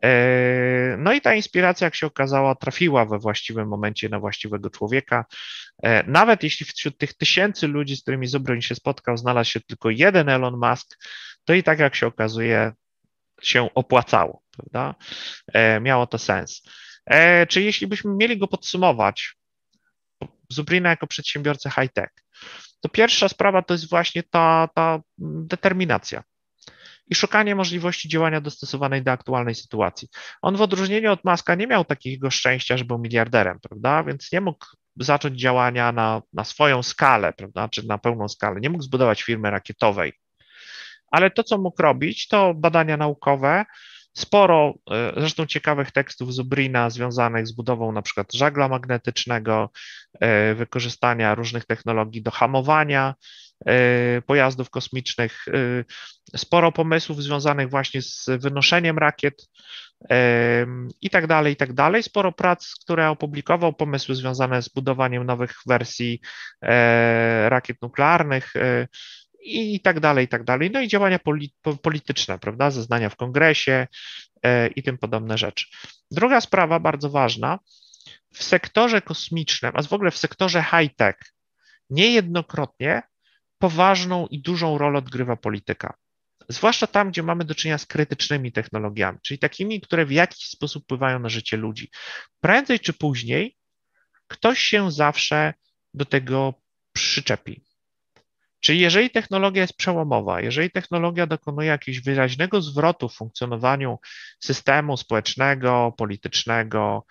No i ta inspiracja, jak się okazało, trafiła we właściwym momencie na właściwego człowieka. Nawet jeśli wśród tych tysięcy ludzi, z którymi Zubrin się spotkał, znalazł się tylko jeden Elon Musk, to i tak, jak się okazuje, się opłacało, prawda? Miało to sens. Czy jeśli byśmy mieli go podsumować, Zubrina jako przedsiębiorcę high-tech, to pierwsza sprawa to jest właśnie ta determinacja i szukanie możliwości działania dostosowanej do aktualnej sytuacji. On w odróżnieniu od Muska nie miał takiego szczęścia, że był miliarderem, prawda? Więc nie mógł zacząć działania na swoją skalę, prawda? Czy na pełną skalę. Nie mógł zbudować firmy rakietowej. Ale to, co mógł robić, to badania naukowe, sporo zresztą ciekawych tekstów Zubrina związanych z budową na przykład żagla magnetycznego, wykorzystania różnych technologii do hamowania pojazdów kosmicznych, sporo pomysłów związanych właśnie z wynoszeniem rakiet i tak dalej, i tak dalej. Sporo prac, które opublikował, pomysły związane z budowaniem nowych wersji rakiet nuklearnych i tak dalej, i tak dalej. No i działania polityczne, prawda, zeznania w kongresie i tym podobne rzeczy. Druga sprawa bardzo ważna, w sektorze kosmicznym, a w ogóle w sektorze high-tech, niejednokrotnie poważną i dużą rolę odgrywa polityka. Zwłaszcza tam, gdzie mamy do czynienia z krytycznymi technologiami, czyli takimi, które w jakiś sposób wpływają na życie ludzi. Prędzej czy później ktoś się zawsze do tego przyczepi. Czyli jeżeli technologia jest przełomowa, jeżeli technologia dokonuje jakiegoś wyraźnego zwrotu w funkcjonowaniu systemu społecznego, politycznego,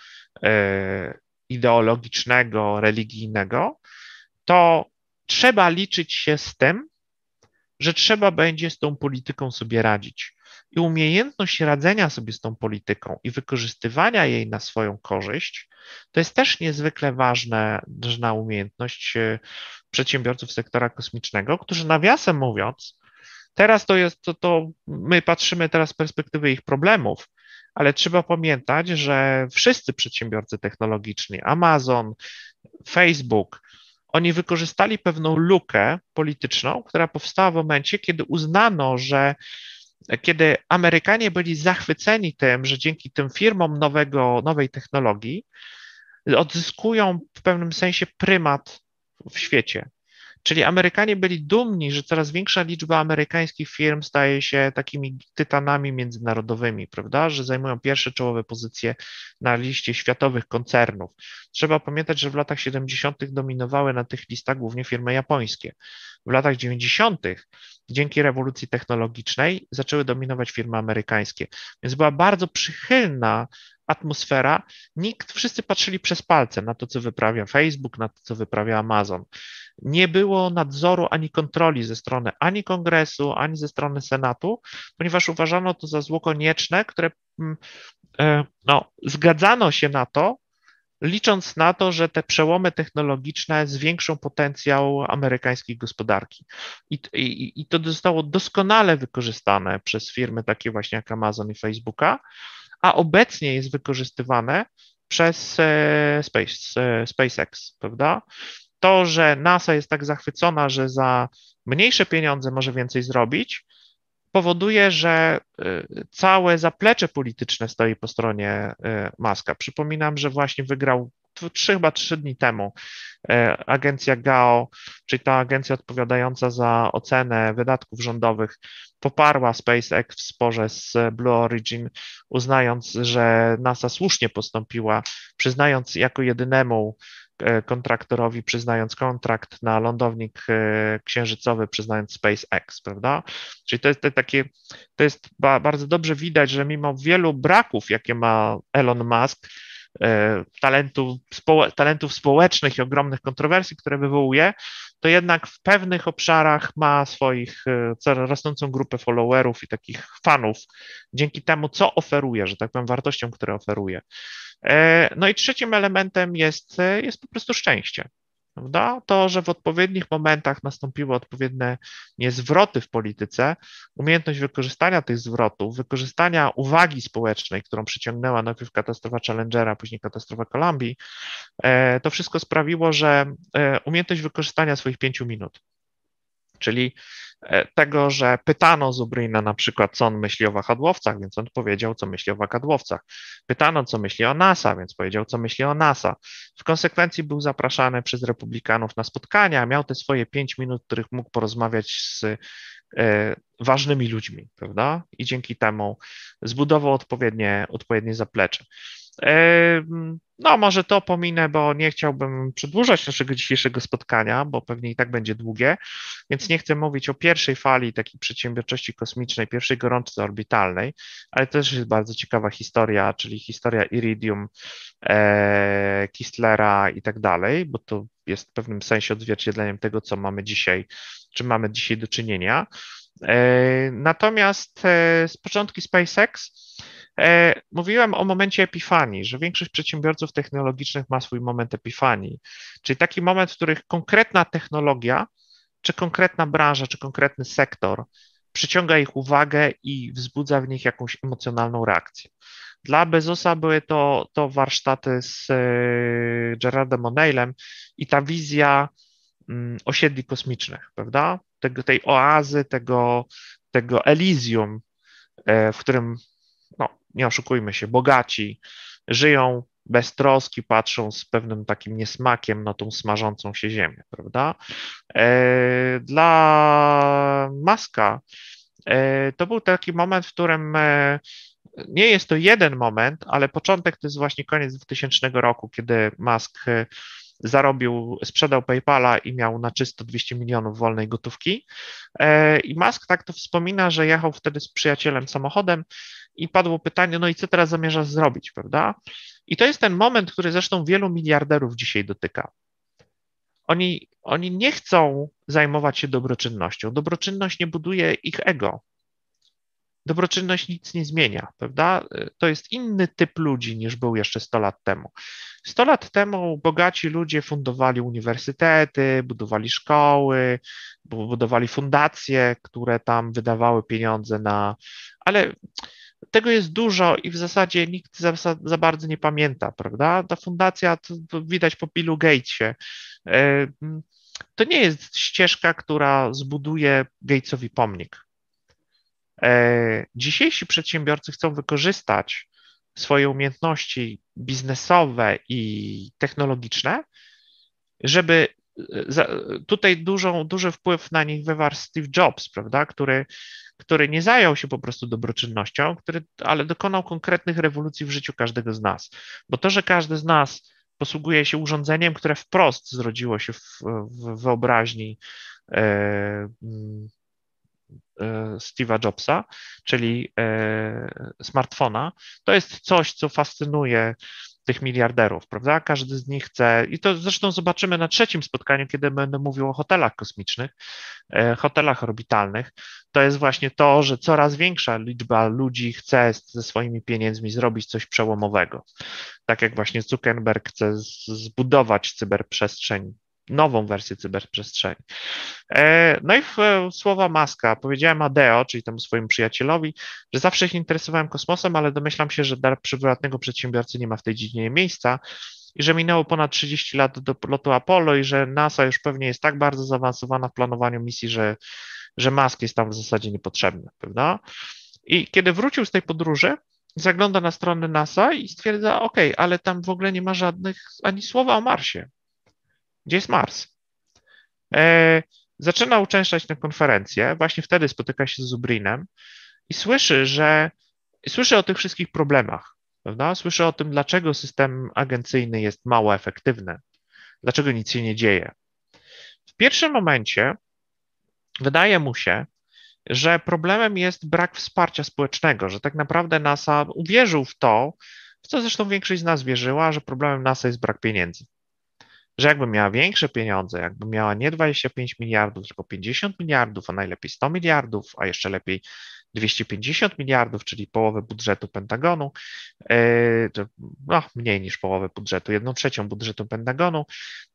ideologicznego, religijnego, to trzeba liczyć się z tym, że trzeba będzie z tą polityką sobie radzić. I umiejętność radzenia sobie z tą polityką i wykorzystywania jej na swoją korzyść, to jest też niezwykle ważna umiejętność przedsiębiorców sektora kosmicznego, którzy nawiasem mówiąc, teraz to my patrzymy teraz z perspektywy ich problemów, ale trzeba pamiętać, że wszyscy przedsiębiorcy technologiczni, Amazon, Facebook, oni wykorzystali pewną lukę polityczną, która powstała w momencie, kiedy uznano, że kiedy Amerykanie byli zachwyceni tym, że dzięki tym firmom nowej technologii odzyskują w pewnym sensie prymat w świecie. Czyli Amerykanie byli dumni, że coraz większa liczba amerykańskich firm staje się takimi tytanami międzynarodowymi, prawda, że zajmują pierwsze czołowe pozycje na liście światowych koncernów. Trzeba pamiętać, że w latach 70. dominowały na tych listach głównie firmy japońskie. W latach 90. dzięki rewolucji technologicznej zaczęły dominować firmy amerykańskie, więc była bardzo przychylna atmosfera. Wszyscy patrzyli przez palce na to, co wyprawia Facebook, na to, co wyprawia Amazon. Nie było nadzoru ani kontroli ze strony ani Kongresu, ani ze strony Senatu, ponieważ uważano to za zło konieczne, które zgadzano się na to, licząc na to, że te przełomy technologiczne zwiększą potencjał amerykańskiej gospodarki. I to zostało doskonale wykorzystane przez firmy takie właśnie jak Amazon i Facebooka, a obecnie jest wykorzystywane przez SpaceX, prawda? To, że NASA jest tak zachwycona, że za mniejsze pieniądze może więcej zrobić, powoduje, że całe zaplecze polityczne stoi po stronie Muska. Przypominam, że właśnie wygrał chyba 3 dni temu agencja GAO, czyli ta agencja odpowiadająca za ocenę wydatków rządowych, poparła SpaceX w sporze z Blue Origin, uznając, że NASA słusznie postąpiła, przyznając jako jedynemu kontraktorowi, przyznając kontrakt na lądownik księżycowy, przyznając SpaceX, prawda? Czyli to jest bardzo dobrze widać, że mimo wielu braków, jakie ma Elon Musk, talentów społecznych i ogromnych kontrowersji, które wywołuje, to jednak w pewnych obszarach ma swoich coraz rosnącą grupę followerów i takich fanów dzięki temu, co oferuje, że tak powiem, wartościom, które oferuje. No i trzecim elementem jest po prostu szczęście. Prawda? To, że w odpowiednich momentach nastąpiły odpowiednie zwroty w polityce, umiejętność wykorzystania tych zwrotów, wykorzystania uwagi społecznej, którą przyciągnęła najpierw katastrofa Challengera, później katastrofa Columbii, to wszystko sprawiło, że umiejętność wykorzystania swoich 5 minut, czyli tego, że pytano Zubrina na przykład, co on myśli o wahadłowcach, więc on powiedział, co myśli o wahadłowcach. Pytano, co myśli o NASA, więc powiedział, co myśli o NASA. W konsekwencji był zapraszany przez republikanów na spotkania, miał te swoje 5 minut, w których mógł porozmawiać z ważnymi ludźmi, prawda? I dzięki temu zbudował odpowiednie zaplecze. No, może to pominę, bo nie chciałbym przedłużać naszego dzisiejszego spotkania, bo pewnie i tak będzie długie, więc nie chcę mówić o pierwszej fali takiej przedsiębiorczości kosmicznej, pierwszej gorączce orbitalnej, ale też jest bardzo ciekawa historia, czyli historia Iridium, Kistlera i tak dalej, bo to jest w pewnym sensie odzwierciedleniem tego, co mamy dzisiaj, czym mamy dzisiaj do czynienia. Natomiast z początku SpaceX mówiłem o momencie epifanii, że większość przedsiębiorców technologicznych ma swój moment epifanii, czyli taki moment, w którym konkretna technologia, czy konkretna branża, czy konkretny sektor przyciąga ich uwagę i wzbudza w nich jakąś emocjonalną reakcję. Dla Bezosa były to warsztaty z Gerardem O'Neillem i ta wizja osiedli kosmicznych, prawda? tej oazy, tego Elysium, w którym, no, nie oszukujmy się, bogaci żyją bez troski, patrzą z pewnym takim niesmakiem na tą smażącą się ziemię, prawda? Dla Muska to był taki moment, w którym nie jest to jeden moment, ale początek to jest właśnie koniec 2000 roku, kiedy Musk sprzedał PayPala i miał na czysto 200 milionów wolnej gotówki. I Musk tak to wspomina, że jechał wtedy z przyjacielem samochodem i padło pytanie, no i co teraz zamierzasz zrobić, prawda? I to jest ten moment, który zresztą wielu miliarderów dzisiaj dotyka. Oni nie chcą zajmować się dobroczynnością. Dobroczynność nie buduje ich ego. Dobroczynność nic nie zmienia, prawda? To jest inny typ ludzi niż był jeszcze 100 lat temu. 100 lat temu bogaci ludzie fundowali uniwersytety, budowali szkoły, budowali fundacje, które tam wydawały pieniądze ale tego jest dużo i w zasadzie nikt za bardzo nie pamięta, prawda? Ta fundacja, to widać po Billu Gatesie. To nie jest ścieżka, która zbuduje Gatesowi pomnik. Dzisiejsi przedsiębiorcy chcą wykorzystać swoje umiejętności biznesowe i technologiczne, żeby tutaj duży wpływ na nich wywarł Steve Jobs, prawda, który nie zajął się po prostu dobroczynnością, ale dokonał konkretnych rewolucji w życiu każdego z nas. Bo to, że każdy z nas posługuje się urządzeniem, które wprost zrodziło się w wyobraźni Steve'a Jobsa, czyli smartfona, to jest coś, co fascynuje tych miliarderów, prawda? Każdy z nich chce, i to zresztą zobaczymy na trzecim spotkaniu, kiedy będę mówił o hotelach kosmicznych, hotelach orbitalnych, to jest właśnie to, że coraz większa liczba ludzi chce ze swoimi pieniędzmi zrobić coś przełomowego. Tak jak właśnie Zuckerberg chce zbudować cyberprzestrzeń, nową wersję cyberprzestrzeni. No i słowa Muska powiedziałem Adeo, czyli temu swojemu przyjacielowi, że zawsze się interesowałem kosmosem, ale domyślam się, że dla prywatnego przedsiębiorcy nie ma w tej dziedzinie miejsca i że minęło ponad 30 lat do lotu Apollo i że NASA już pewnie jest tak bardzo zaawansowana w planowaniu misji, że Musk jest tam w zasadzie niepotrzebny, prawda? I kiedy wrócił z tej podróży, zagląda na stronę NASA i stwierdza, OK, ale tam w ogóle nie ma żadnych ani słowa o Marsie. Gdzie jest Mars? Zaczyna uczęszczać na konferencję, właśnie wtedy spotyka się z Zubrinem i słyszy o tych wszystkich problemach, prawda? Słyszy o tym, dlaczego system agencyjny jest mało efektywny, dlaczego nic się nie dzieje. W pierwszym momencie wydaje mu się, że problemem jest brak wsparcia społecznego, że tak naprawdę NASA uwierzył w to, w co zresztą większość z nas wierzyła, że problemem NASA jest brak pieniędzy. Że jakby miała większe pieniądze, jakby miała nie 25 miliardów, tylko 50 miliardów, a najlepiej 100 miliardów, a jeszcze lepiej 250 miliardów, czyli połowę budżetu Pentagonu, no mniej niż połowę budżetu, 1/3 budżetu Pentagonu,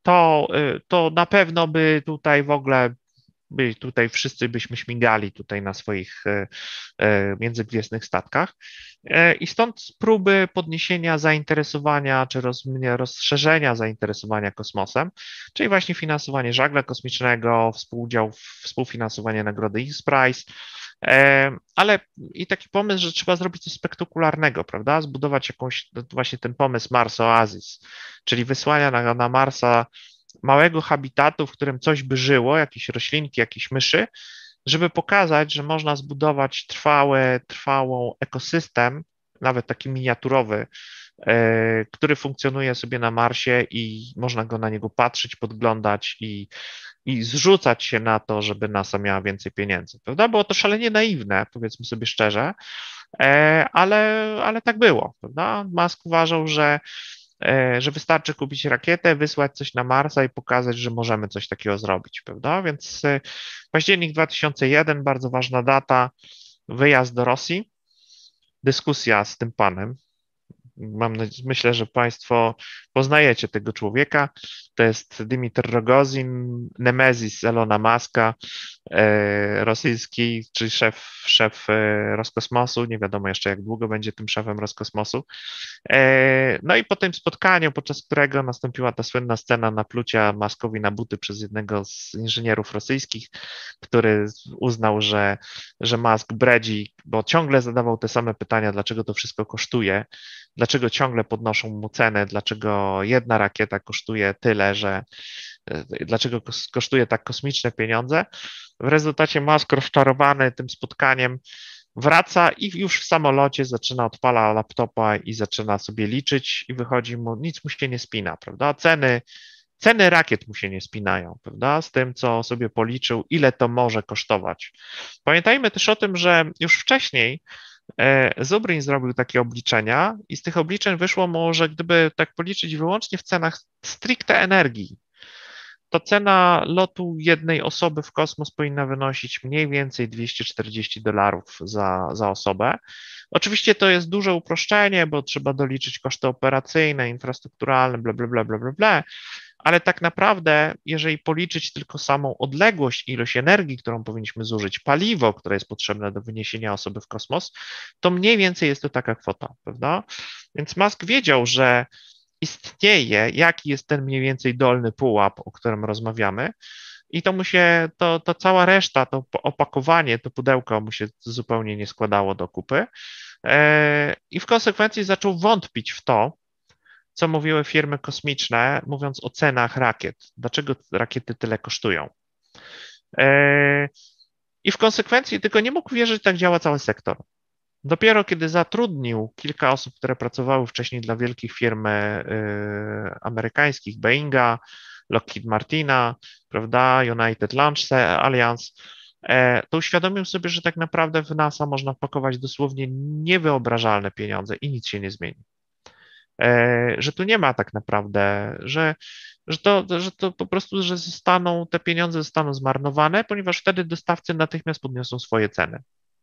to na pewno by tutaj w ogóle tutaj wszyscy byśmy śmigali tutaj na swoich międzygwiezdnych statkach. I stąd próby podniesienia zainteresowania czy rozszerzenia zainteresowania kosmosem, czyli właśnie finansowanie żagla kosmicznego, współfinansowanie nagrody X-Prize, ale i taki pomysł, że trzeba zrobić coś spektakularnego, prawda? Zbudować właśnie ten pomysł Mars Oasis, czyli wysłania na Marsa małego habitatu, w którym coś by żyło, jakieś roślinki, jakieś myszy, żeby pokazać, że można zbudować trwałą ekosystem, nawet taki miniaturowy, który funkcjonuje sobie na Marsie i można go na niego patrzeć, podglądać i zrzucać się na to, żeby NASA miała więcej pieniędzy, prawda? Było to szalenie naiwne, powiedzmy sobie szczerze, ale tak było, prawda? Musk uważał, że wystarczy kupić rakietę, wysłać coś na Marsa i pokazać, że możemy coś takiego zrobić, prawda? Więc październik 2001, bardzo ważna data, wyjazd do Rosji, dyskusja z tym panem, Myślę, że Państwo poznajecie tego człowieka. To jest Dimitar Rogozin, nemezis Elona Muska, rosyjski, czyli szef Roskosmosu. Nie wiadomo jeszcze, jak długo będzie tym szefem Roskosmosu. No i po tym spotkaniu, podczas którego nastąpiła ta słynna scena naplucia Muskowi na buty przez jednego z inżynierów rosyjskich, który uznał, że Musk bredzi, bo ciągle zadawał te same pytania, dlaczego to wszystko kosztuje, dlaczego ciągle podnoszą mu cenę, dlaczego jedna rakieta kosztuje tyle, dlaczego kosztuje tak kosmiczne pieniądze. W rezultacie Musk rozczarowany tym spotkaniem wraca i już w samolocie odpala laptopa i zaczyna sobie liczyć i wychodzi mu, nic mu się nie spina, prawda? Ceny rakiet mu się nie spinają, prawda? Z tym, co sobie policzył, ile to może kosztować. Pamiętajmy też o tym, że już wcześniej Zubrin zrobił takie obliczenia i z tych obliczeń wyszło mu, że gdyby tak policzyć wyłącznie w cenach stricte energii, to cena lotu jednej osoby w kosmos powinna wynosić mniej więcej $240 za osobę. Oczywiście to jest duże uproszczenie, bo trzeba doliczyć koszty operacyjne, infrastrukturalne, bla, bla, bla, bla, bla, bla, ale tak naprawdę, jeżeli policzyć tylko samą odległość, ilość energii, którą powinniśmy zużyć, paliwo, które jest potrzebne do wyniesienia osoby w kosmos, to mniej więcej jest to taka kwota, prawda? Więc Musk wiedział, że istnieje, jaki jest ten mniej więcej dolny pułap, o którym rozmawiamy, i to cała reszta, to opakowanie, to pudełko mu się zupełnie nie składało do kupy. I w konsekwencji zaczął wątpić w to, co mówiły firmy kosmiczne, mówiąc o cenach rakiet. Dlaczego rakiety tyle kosztują? I w konsekwencji tylko nie mógł wierzyć, że tak działa cały sektor. Dopiero kiedy zatrudnił kilka osób, które pracowały wcześniej dla wielkich firm amerykańskich, Boeinga, Lockheed Martina, prawda, United Launch Alliance, to uświadomił sobie, że tak naprawdę w NASA można wpakować dosłownie niewyobrażalne pieniądze i nic się nie zmieni. Że tu nie ma tak naprawdę, że to po prostu, że te pieniądze zostaną zmarnowane, ponieważ wtedy dostawcy natychmiast podniosą swoje ceny.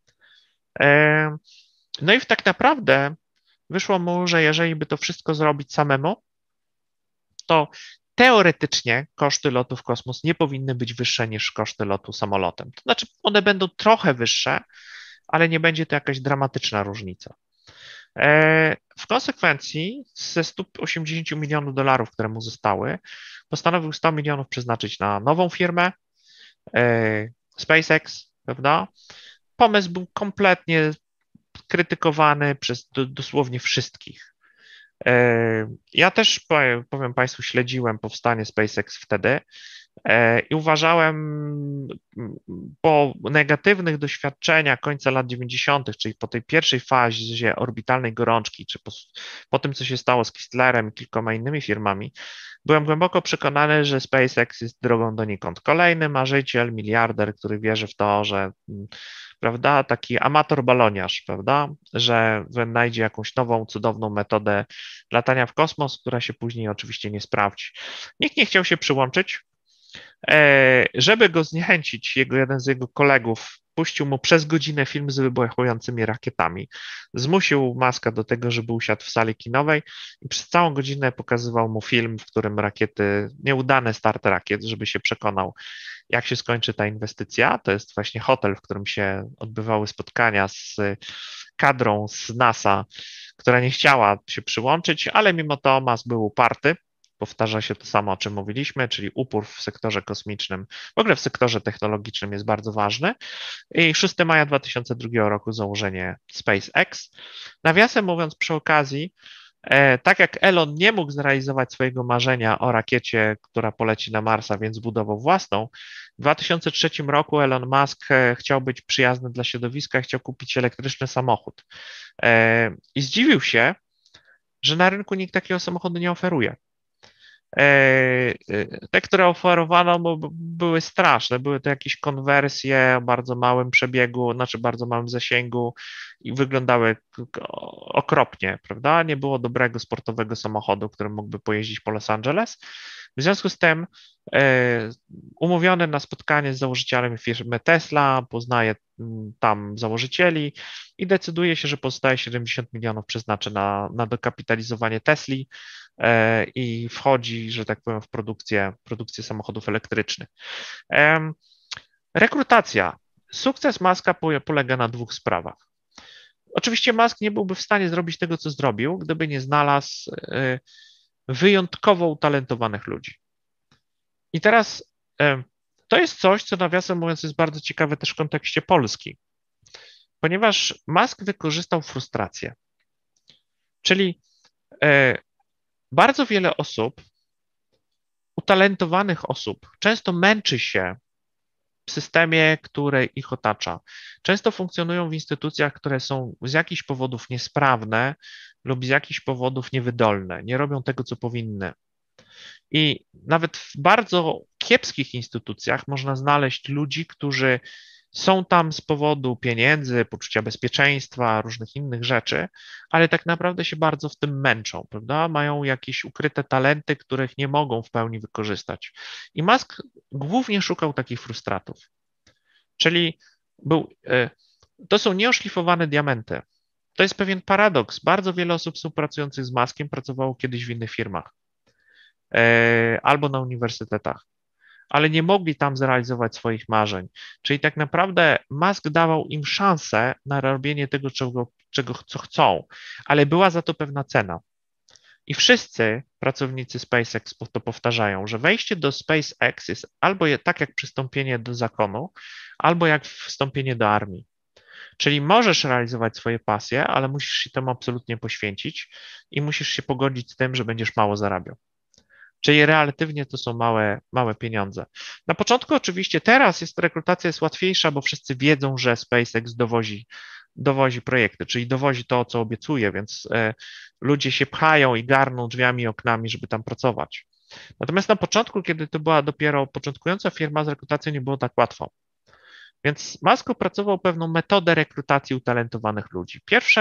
No i tak naprawdę wyszło mu, że jeżeli by to wszystko zrobić samemu, to teoretycznie koszty lotu w kosmos nie powinny być wyższe niż koszty lotu samolotem. To znaczy, one będą trochę wyższe, ale nie będzie to jakaś dramatyczna różnica. W konsekwencji ze $180 milionów, które mu zostały, postanowił 100 milionów przeznaczyć na nową firmę, SpaceX, prawda? Pomysł był kompletnie krytykowany przez dosłownie wszystkich. Ja też, powiem Państwu, śledziłem powstanie SpaceX wtedy i uważałem po negatywnych doświadczeniach końca lat 90., czyli po tej pierwszej fazie orbitalnej gorączki, czy po tym, co się stało z Kistlerem i kilkoma innymi firmami, byłem głęboko przekonany, że SpaceX jest drogą donikąd. Kolejny marzyciel, miliarder, który wierzy w to, że, prawda, taki amator baloniarz, prawda, że znajdzie jakąś nową, cudowną metodę latania w kosmos, która się później oczywiście nie sprawdzi. Nikt nie chciał się przyłączyć. Żeby go zniechęcić, jeden z jego kolegów puścił mu przez godzinę film z wybuchującymi rakietami. Zmusił Muska do tego, żeby usiadł w sali kinowej i przez całą godzinę pokazywał mu film, w którym nieudane start rakiet, żeby się przekonał, jak się skończy ta inwestycja. To jest właśnie hotel, w którym się odbywały spotkania z kadrą z NASA, która nie chciała się przyłączyć, ale mimo to Musk był uparty. Powtarza się to samo, o czym mówiliśmy, czyli upór w sektorze kosmicznym, w ogóle w sektorze technologicznym jest bardzo ważny. I 6 maja 2002 roku założenie SpaceX. Nawiasem mówiąc, przy okazji, tak jak Elon nie mógł zrealizować swojego marzenia o rakiecie, która poleci na Marsa, więc budował własną, w 2003 roku Elon Musk chciał być przyjazny dla środowiska, chciał kupić elektryczny samochód. I zdziwił się, że na rynku nikt takiego samochodu nie oferuje. Te, które oferowano, były straszne. Były to jakieś konwersje o bardzo małym przebiegu, znaczy bardzo małym zasięgu i wyglądały okropnie, prawda? Nie było dobrego sportowego samochodu, którym mógłby pojeździć po Los Angeles. W związku z tym umówiony na spotkanie z założycielem firmy Tesla, poznaje tam założycieli i decyduje się, że pozostaje 70 milionów przeznaczy na dokapitalizowanie Tesli i wchodzi, że tak powiem, w produkcję samochodów elektrycznych. Rekrutacja. Sukces Muska polega na dwóch sprawach. Oczywiście Musk nie byłby w stanie zrobić tego, co zrobił, gdyby nie znalazł wyjątkowo utalentowanych ludzi. I teraz to jest coś, co nawiasem mówiąc jest bardzo ciekawe też w kontekście Polski, ponieważ Musk wykorzystał frustrację. Czyli bardzo wiele osób, utalentowanych osób, często męczy się w systemie, który ich otacza. Często funkcjonują w instytucjach, które są z jakichś powodów niesprawne lub z jakichś powodów niewydolne, nie robią tego, co powinny. I nawet w bardzo kiepskich instytucjach można znaleźć ludzi, którzy są tam z powodu pieniędzy, poczucia bezpieczeństwa, różnych innych rzeczy, ale tak naprawdę się bardzo w tym męczą, prawda? Mają jakieś ukryte talenty, których nie mogą w pełni wykorzystać. I Musk głównie szukał takich frustratów. Czyli to są nieoszlifowane diamenty. To jest pewien paradoks. Bardzo wiele osób współpracujących z Muskiem pracowało kiedyś w innych firmach albo na uniwersytetach, ale nie mogli tam zrealizować swoich marzeń. Czyli tak naprawdę Musk dawał im szansę na robienie tego, co chcą, ale była za to pewna cena. I wszyscy pracownicy SpaceX to powtarzają, że wejście do SpaceX jest albo tak jak przystąpienie do zakonu, albo jak wstąpienie do armii. Czyli możesz realizować swoje pasje, ale musisz się temu absolutnie poświęcić i musisz się pogodzić z tym, że będziesz mało zarabiał. Czyli relatywnie to są małe pieniądze. Na początku oczywiście teraz rekrutacja jest łatwiejsza, bo wszyscy wiedzą, że SpaceX dowozi projekty, czyli dowozi to, co obiecuje, więc ludzie się pchają i garną drzwiami i oknami, żeby tam pracować. Natomiast na początku, kiedy to była dopiero początkująca firma, z rekrutacją nie było tak łatwo. Więc Musk opracował pewną metodę rekrutacji utalentowanych ludzi.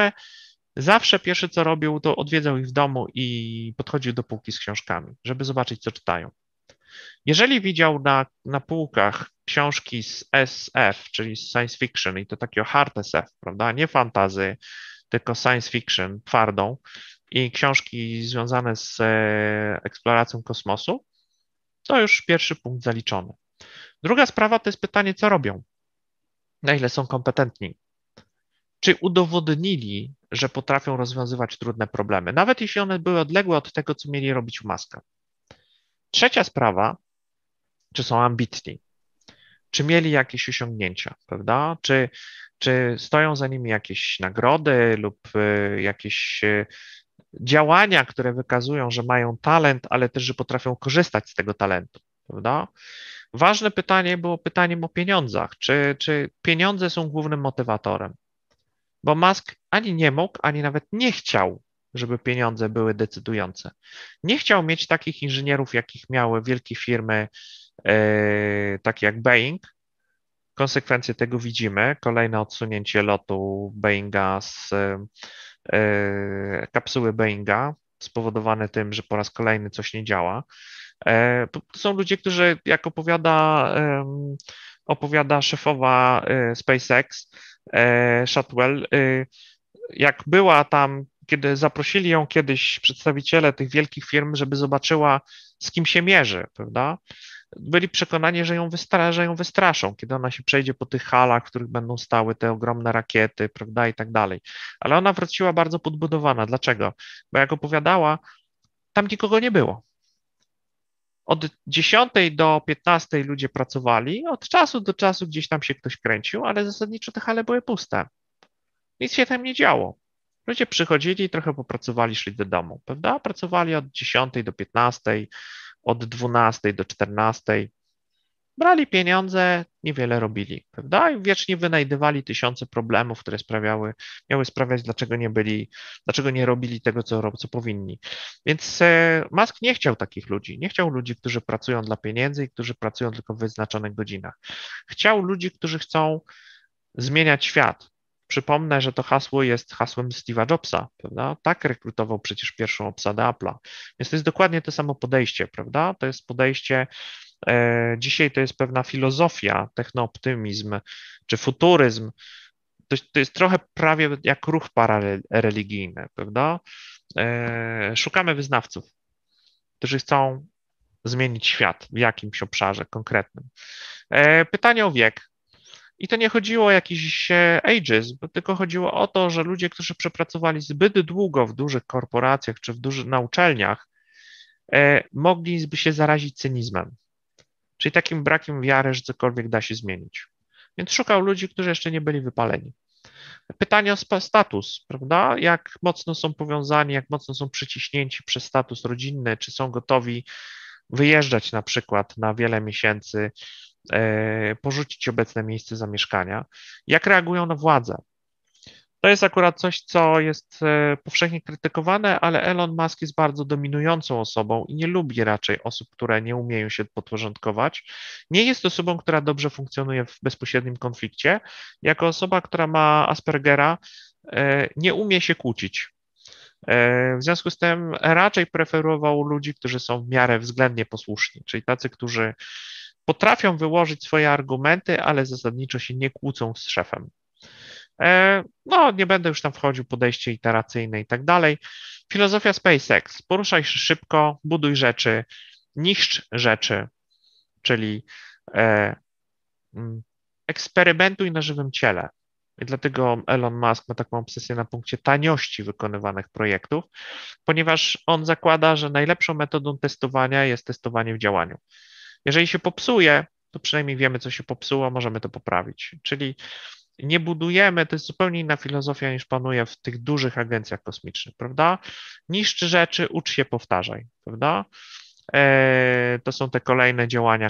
Zawsze pierwsze, co robił, to odwiedzał ich w domu i podchodził do półki z książkami, żeby zobaczyć, co czytają. Jeżeli widział na półkach książki z SF, czyli z science fiction, i to takiego hard SF, prawda, nie fantasy, tylko science fiction twardą i książki związane z eksploracją kosmosu, to już pierwszy punkt zaliczony. Druga sprawa to jest pytanie, co robią, na ile są kompetentni. Czy udowodnili, że potrafią rozwiązywać trudne problemy, nawet jeśli one były odległe od tego, co mieli robić u Muska. Trzecia sprawa, czy są ambitni, czy mieli jakieś osiągnięcia, prawda? Czy stoją za nimi jakieś nagrody lub jakieś działania, które wykazują, że mają talent, ale też, że potrafią korzystać z tego talentu, prawda? Ważne pytanie było pytaniem o pieniądzach. Czy pieniądze są głównym motywatorem? Bo Musk ani nie mógł, ani nawet nie chciał, żeby pieniądze były decydujące. Nie chciał mieć takich inżynierów, jakich miały wielkie firmy, takie jak Boeing. Konsekwencje tego widzimy. Kolejne odsunięcie lotu Boeinga z kapsuły Boeinga, spowodowane tym, że po raz kolejny coś nie działa. To są ludzie, którzy, jak opowiada szefowa SpaceX, Shotwell, jak była tam, kiedy zaprosili ją kiedyś przedstawiciele tych wielkich firm, żeby zobaczyła, z kim się mierzy, prawda? Byli przekonani, że ją wystraszą, kiedy ona się przejdzie po tych halach, w których będą stały te ogromne rakiety, prawda, i tak dalej. Ale ona wróciła bardzo podbudowana. Dlaczego? Bo jak opowiadała, tam nikogo nie było. Od 10 do 15 ludzie pracowali, od czasu do czasu gdzieś tam się ktoś kręcił, ale zasadniczo te hale były puste. Nic się tam nie działo. Ludzie przychodzili, trochę popracowali, szli do domu, prawda? Pracowali od 10 do 15, od 12 do 14. Brali pieniądze, niewiele robili, prawda? I wiecznie wynajdywali tysiące problemów, które miały sprawiać, dlaczego nie robili tego, co powinni. Więc Musk nie chciał takich ludzi. Nie chciał ludzi, którzy pracują dla pieniędzy i którzy pracują tylko w wyznaczonych godzinach. Chciał ludzi, którzy chcą zmieniać świat. Przypomnę, że to hasło jest hasłem Steve'a Jobsa, prawda? Tak rekrutował przecież pierwszą obsadę Apple'a. Więc to jest dokładnie to samo podejście, prawda? To jest podejście Dzisiaj to jest pewna filozofia, technooptymizm czy futuryzm. To jest trochę prawie jak ruch parareligijny, prawda? Szukamy wyznawców, którzy chcą zmienić świat w jakimś obszarze konkretnym. Pytanie o wiek. I to nie chodziło o jakiś ageism, tylko chodziło o to, że ludzie, którzy przepracowali zbyt długo w dużych korporacjach czy na uczelniach, mogliby się zarazić cynizmem, czyli takim brakiem wiary, że cokolwiek da się zmienić. Więc szukał ludzi, którzy jeszcze nie byli wypaleni. Pytanie o status, prawda? Jak mocno są powiązani, jak mocno są przyciśnięci przez status rodzinny, czy są gotowi wyjeżdżać na przykład na wiele miesięcy, porzucić obecne miejsce zamieszkania, jak reagują na władzę. To jest akurat coś, co jest powszechnie krytykowane, ale Elon Musk jest bardzo dominującą osobą i nie lubi raczej osób, które nie umieją się podporządkować. Nie jest osobą, która dobrze funkcjonuje w bezpośrednim konflikcie. Jako osoba, która ma Aspergera, nie umie się kłócić. W związku z tym raczej preferował ludzi, którzy są w miarę względnie posłuszni, czyli tacy, którzy potrafią wyłożyć swoje argumenty, ale zasadniczo się nie kłócą z szefem. No, nie będę już tam wchodził, podejście iteracyjne i tak dalej. Filozofia SpaceX. Poruszaj się szybko, buduj rzeczy, niszcz rzeczy, czyli eksperymentuj na żywym ciele. I dlatego Elon Musk ma taką obsesję na punkcie taniości wykonywanych projektów, ponieważ on zakłada, że najlepszą metodą testowania jest testowanie w działaniu. Jeżeli się popsuje, to przynajmniej wiemy, co się popsuło, możemy to poprawić. Czyli nie budujemy, to jest zupełnie inna filozofia niż panuje w tych dużych agencjach kosmicznych, prawda? Niszcz rzeczy, ucz się, powtarzaj, prawda? To są te kolejne działania,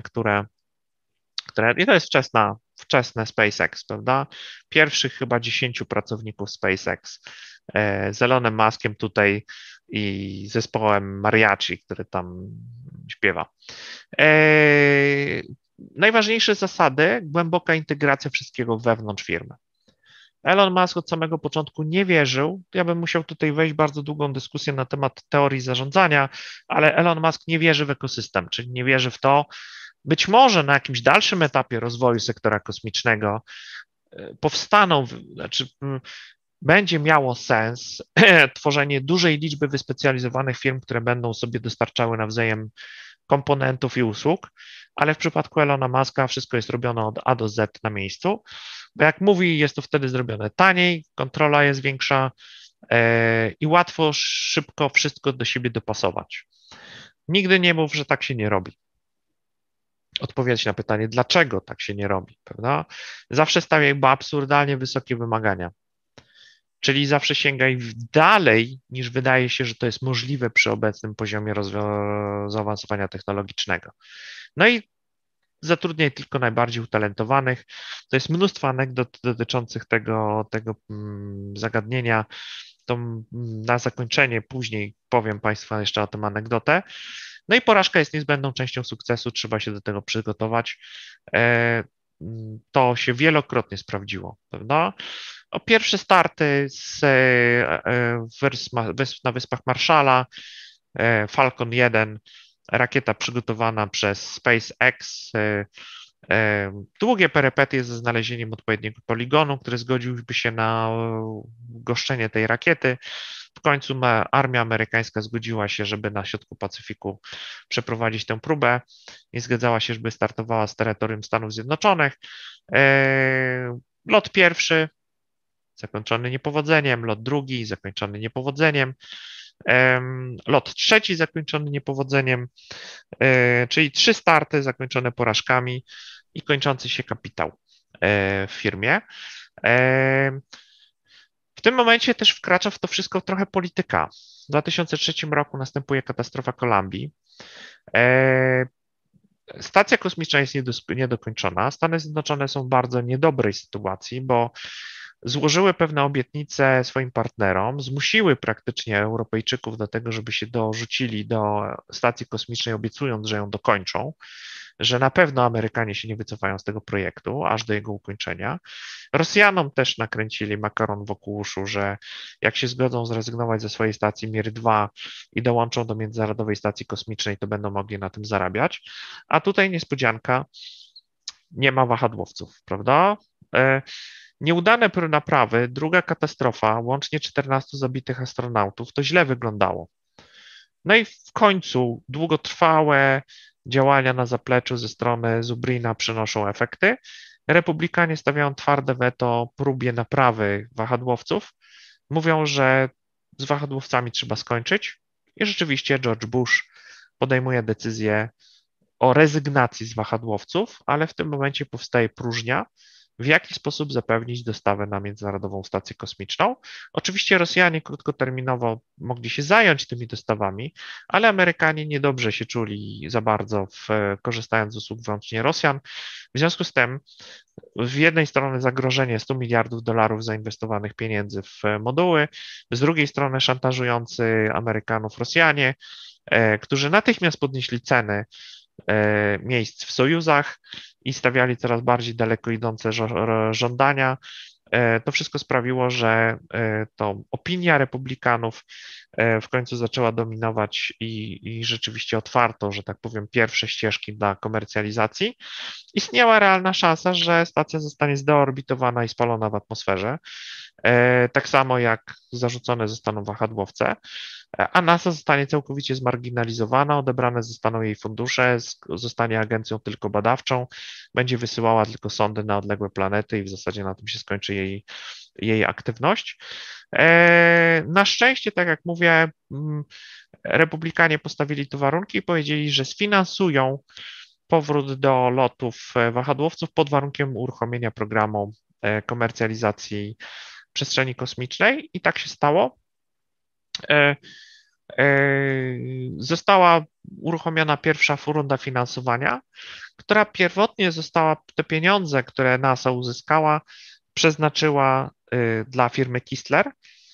i to jest wczesne SpaceX, prawda? Pierwszych chyba 10 pracowników SpaceX z Elonem Muskiem tutaj i zespołem Mariachi, który tam śpiewa. Najważniejsze zasady, głęboka integracja wszystkiego wewnątrz firmy. Elon Musk od samego początku nie wierzył, ja bym musiał tutaj wejść w bardzo długą dyskusję na temat teorii zarządzania, ale Elon Musk nie wierzy w ekosystem, czyli nie wierzy w to, być może na jakimś dalszym etapie rozwoju sektora kosmicznego będzie miało sens tworzenie dużej liczby wyspecjalizowanych firm, które będą sobie dostarczały nawzajem komponentów i usług, ale w przypadku Elona Muska wszystko jest robione od A do Z na miejscu, bo jak mówi, jest to wtedy zrobione taniej, kontrola jest większa i łatwo, szybko wszystko do siebie dopasować. Nigdy nie mów, że tak się nie robi. Odpowiedź na pytanie, dlaczego tak się nie robi, prawda? Zawsze stawiaj absurdalnie wysokie wymagania, czyli zawsze sięgaj dalej, niż wydaje się, że to jest możliwe przy obecnym poziomie zaawansowania technologicznego. No i zatrudniaj tylko najbardziej utalentowanych. To jest mnóstwo anegdot dotyczących tego zagadnienia. To na zakończenie później powiem Państwu jeszcze o tym anegdotę. No i porażka jest niezbędną częścią sukcesu, trzeba się do tego przygotować. To się wielokrotnie sprawdziło, prawda? O pierwsze starty na Wyspach Marshalla, Falcon 1, rakieta przygotowana przez SpaceX, długie perypetie ze znalezieniem odpowiedniego poligonu, który zgodziłby się na goszczenie tej rakiety. W końcu armia amerykańska zgodziła się, żeby na środku Pacyfiku przeprowadzić tę próbę. Nie zgadzała się, żeby startowała z terytorium Stanów Zjednoczonych. Lot pierwszy zakończony niepowodzeniem, lot drugi zakończony niepowodzeniem, lot trzeci zakończony niepowodzeniem, czyli 3 starty zakończone porażkami i kończący się kapitał w firmie. W tym momencie też wkracza w to wszystko trochę polityka. W 2003 roku następuje katastrofa Kolumbii. Stacja kosmiczna jest niedokończona. Stany Zjednoczone są w bardzo niedobrej sytuacji, bo złożyły pewne obietnice swoim partnerom, zmusiły praktycznie Europejczyków do tego, żeby się dorzucili do stacji kosmicznej, obiecując, że ją dokończą, że na pewno Amerykanie się nie wycofają z tego projektu aż do jego ukończenia. Rosjanom też nakręcili makaron wokół uszu, że jak się zgodzą zrezygnować ze swojej stacji Mir-2 i dołączą do Międzynarodowej Stacji Kosmicznej, to będą mogli na tym zarabiać. A tutaj niespodzianka, nie ma wahadłowców, prawda? Nieudane naprawy, druga katastrofa, łącznie 14 zabitych astronautów, to źle wyglądało. No i w końcu długotrwałe działania na zapleczu ze strony Zubrina przynoszą efekty. Republikanie stawiają twarde weto próbie naprawy wahadłowców. Mówią, że z wahadłowcami trzeba skończyć i rzeczywiście George Bush podejmuje decyzję o rezygnacji z wahadłowców, ale w tym momencie powstaje próżnia, w jaki sposób zapewnić dostawę na Międzynarodową Stację Kosmiczną. Oczywiście Rosjanie krótkoterminowo mogli się zająć tymi dostawami, ale Amerykanie niedobrze się czuli za bardzo, korzystając z usług wyłącznie Rosjan. W związku z tym z jednej strony zagrożenie 100 miliardów dolarów zainwestowanych pieniędzy w moduły, z drugiej strony szantażujący Amerykanów Rosjanie, którzy natychmiast podnieśli ceny miejsc w sojuzach i stawiali coraz bardziej daleko idące żądania. To wszystko sprawiło, że to opinia republikanów w końcu zaczęła dominować i rzeczywiście otwarto, że tak powiem, pierwsze ścieżki dla komercjalizacji. Istniała realna szansa, że stacja zostanie zdeorbitowana i spalona w atmosferze, tak samo jak zarzucone zostaną wahadłowce, a NASA zostanie całkowicie zmarginalizowana, odebrane zostaną jej fundusze, zostanie agencją tylko badawczą, będzie wysyłała tylko sondy na odległe planety i w zasadzie na tym się skończy jej aktywność. Na szczęście, tak jak mówię, republikanie postawili tu warunki i powiedzieli, że sfinansują powrót do lotów wahadłowców pod warunkiem uruchomienia programu komercjalizacji przestrzeni kosmicznej i tak się stało. Została uruchomiona pierwsza runda finansowania, która pierwotnie została, te pieniądze, które NASA uzyskała, przeznaczyła dla firmy Kistler,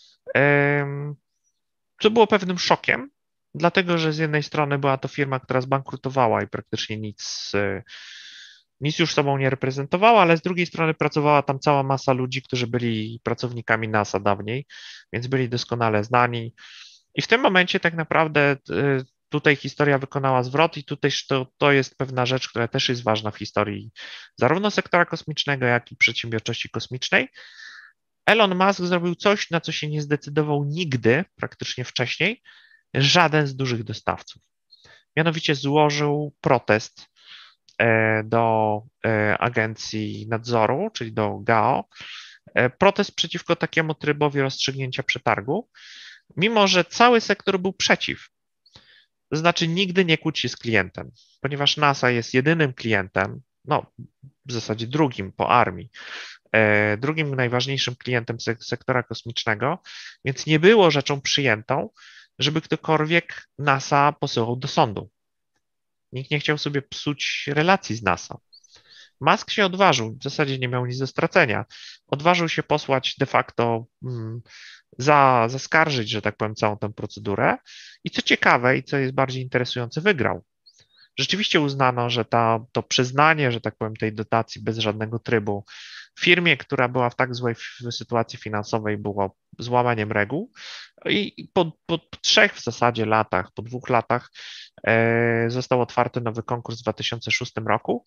co było pewnym szokiem, dlatego że z jednej strony była to firma, która zbankrutowała i praktycznie nic już sobą nie reprezentowała, ale z drugiej strony pracowała tam cała masa ludzi, którzy byli pracownikami NASA dawniej, więc byli doskonale znani. I w tym momencie tak naprawdę tutaj historia wykonała zwrot i tutaj to jest pewna rzecz, która też jest ważna w historii zarówno sektora kosmicznego, jak i przedsiębiorczości kosmicznej. Elon Musk zrobił coś, na co się nie zdecydował nigdy, praktycznie wcześniej, żaden z dużych dostawców. Mianowicie złożył protest do Agencji Nadzoru, czyli do GAO, protest przeciwko takiemu trybowi rozstrzygnięcia przetargu, mimo że cały sektor był przeciw. To znaczy nigdy nie kłóć się z klientem, ponieważ NASA jest jedynym klientem, no w zasadzie drugim po armii, drugim najważniejszym klientem sektora kosmicznego, więc nie było rzeczą przyjętą, żeby ktokolwiek NASA posyłał do sądu. Nikt nie chciał sobie psuć relacji z NASA. Musk się odważył, w zasadzie nie miał nic do stracenia. Odważył się posłać de facto, zaskarżyć, że tak powiem, całą tę procedurę i co ciekawe i co jest bardziej interesujące, wygrał. Rzeczywiście uznano, że to przyznanie, że tak powiem, tej dotacji bez żadnego trybu firmie, która była w tak złej sytuacji finansowej, było złamaniem reguł i po 3 w zasadzie latach, po 2 latach został otwarty nowy konkurs w 2006 roku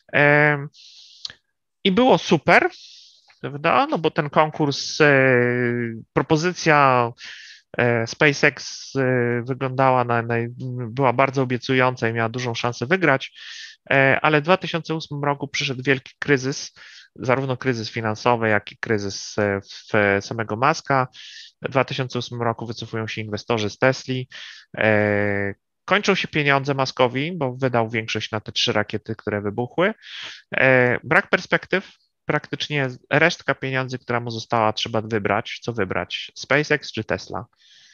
i było super, prawda? No bo ten konkurs, propozycja SpaceX wyglądała była bardzo obiecująca i miała dużą szansę wygrać, ale w 2008 roku przyszedł wielki kryzys, zarówno kryzys finansowy, jak i kryzys w samego Muska. W 2008 roku wycofują się inwestorzy z Tesli, kończą się pieniądze Muskowi, bo wydał większość na te 3 rakiety, które wybuchły. Brak perspektyw, praktycznie resztka pieniędzy, która mu została, trzeba wybrać. Co wybrać? SpaceX czy Tesla?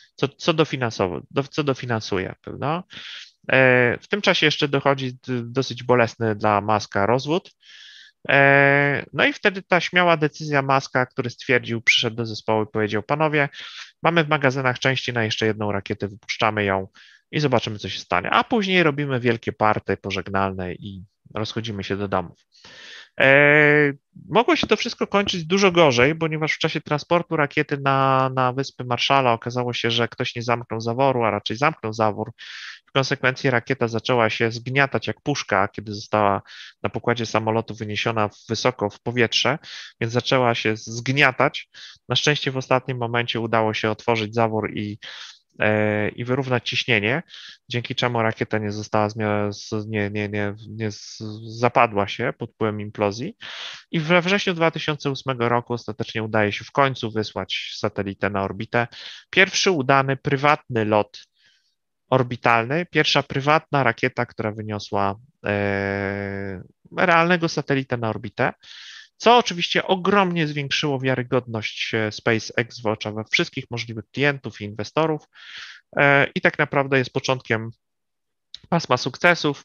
Co dofinansuje, prawda? W tym czasie jeszcze dochodzi dosyć bolesny dla Muska rozwód. No i wtedy ta śmiała decyzja Muska, który stwierdził, przyszedł do zespołu i powiedział: panowie, mamy w magazynach części na jeszcze jedną rakietę, wypuszczamy ją i zobaczymy, co się stanie. A później robimy wielkie party pożegnalne i rozchodzimy się do domów. Mogło się to wszystko kończyć dużo gorzej, ponieważ w czasie transportu rakiety na Wyspy Marszala okazało się, że ktoś nie zamknął zaworu, a raczej zamknął zawór. W konsekwencji rakieta zaczęła się zgniatać jak puszka, kiedy została na pokładzie samolotu wyniesiona wysoko w powietrze, więc zaczęła się zgniatać. Na szczęście w ostatnim momencie udało się otworzyć zawór i wyrównać ciśnienie, dzięki czemu rakieta nie została nie zapadła się pod wpływem implozji. I we wrześniu 2008 roku ostatecznie udaje się w końcu wysłać satelitę na orbitę. Pierwszy udany prywatny lot orbitalny, pierwsza prywatna rakieta, która wyniosła realnego satelitę na orbitę, co oczywiście ogromnie zwiększyło wiarygodność SpaceX w oczach we wszystkich możliwych klientów i inwestorów i tak naprawdę jest początkiem pasma sukcesów.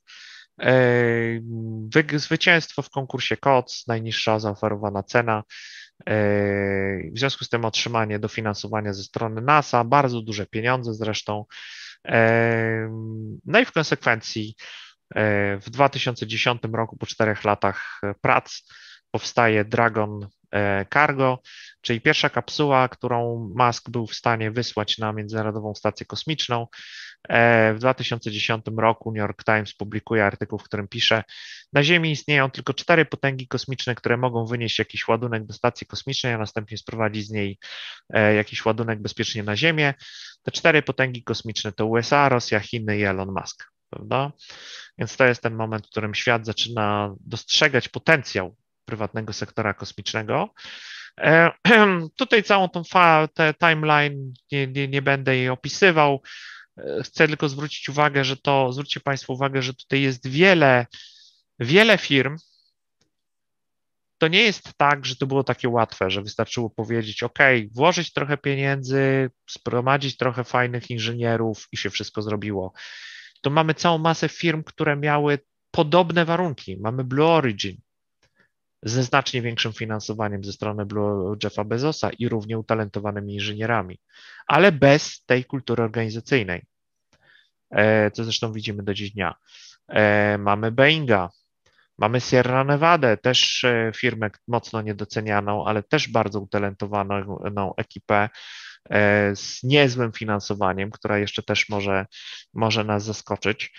Zwycięstwo w konkursie COTS, najniższa zaoferowana cena, w związku z tym otrzymanie dofinansowania ze strony NASA, bardzo duże pieniądze zresztą. No i w konsekwencji w 2010 roku, po 4 latach prac, powstaje Dragon Cargo, czyli pierwsza kapsuła, którą Musk był w stanie wysłać na Międzynarodową Stację Kosmiczną. W 2010 roku New York Times publikuje artykuł, w którym pisze: na Ziemi istnieją tylko 4 potęgi kosmiczne, które mogą wynieść jakiś ładunek do stacji kosmicznej, a następnie sprowadzić z niej jakiś ładunek bezpiecznie na Ziemię. Te 4 potęgi kosmiczne to USA, Rosja, Chiny i Elon Musk, prawda? Więc to jest ten moment, w którym świat zaczyna dostrzegać potencjał prywatnego sektora kosmicznego. Tutaj całą tą timeline nie będę jej opisywał. Chcę tylko zwrócić uwagę, zwróćcie Państwo uwagę, że tutaj jest wiele firm. To nie jest tak, że to było takie łatwe, że wystarczyło powiedzieć: OK, włożyć trochę pieniędzy, sprowadzić trochę fajnych inżynierów i się wszystko zrobiło. To mamy całą masę firm, które miały podobne warunki. Mamy Blue Origin ze znacznie większym finansowaniem ze strony Jeffa Bezosa i równie utalentowanymi inżynierami, ale bez tej kultury organizacyjnej, co zresztą widzimy do dziś dnia. Mamy Boeinga, mamy Sierra Nevada, też firmę mocno niedocenianą, ale też bardzo utalentowaną ekipę z niezłym finansowaniem, która jeszcze też może nas zaskoczyć.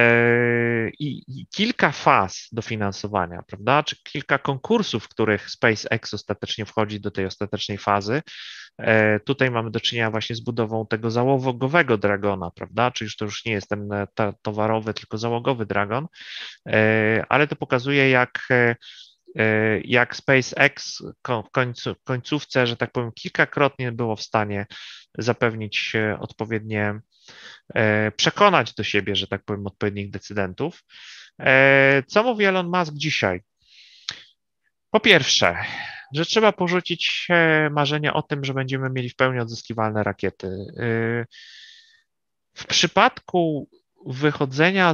I kilka faz dofinansowania, prawda? Czy kilka konkursów, w których SpaceX ostatecznie wchodzi do tej ostatecznej fazy. Tutaj mamy do czynienia właśnie z budową tego załogowego Dragona, prawda? Czyli to już nie jest ten towarowy, tylko załogowy Dragon, ale to pokazuje, jak SpaceX w końcówce, że tak powiem, kilkakrotnie było w stanie zapewnić przekonać do siebie, że tak powiem, odpowiednich decydentów. Co mówi Elon Musk dzisiaj? Po pierwsze, że trzeba porzucić marzenie o tym, że będziemy mieli w pełni odzyskiwalne rakiety. W przypadku wychodzenia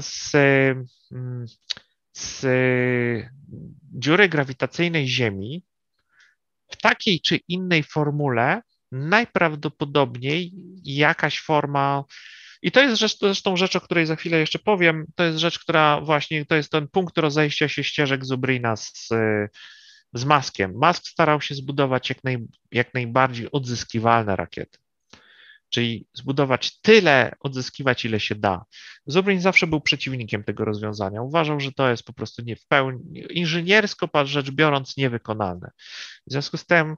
z dziury grawitacyjnej Ziemi w takiej czy innej formule najprawdopodobniej jakaś forma, i to jest zresztą rzecz, o której za chwilę jeszcze powiem, to jest rzecz, która właśnie, to jest ten punkt rozejścia się ścieżek Zubrina z Muskiem. Musk starał się zbudować jak najbardziej odzyskiwalne rakiety, czyli zbudować tyle, odzyskiwać ile się da. Zubrin zawsze był przeciwnikiem tego rozwiązania. Uważał, że to jest po prostu nie w pełni, inżyniersko rzecz biorąc, niewykonalne. W związku z tym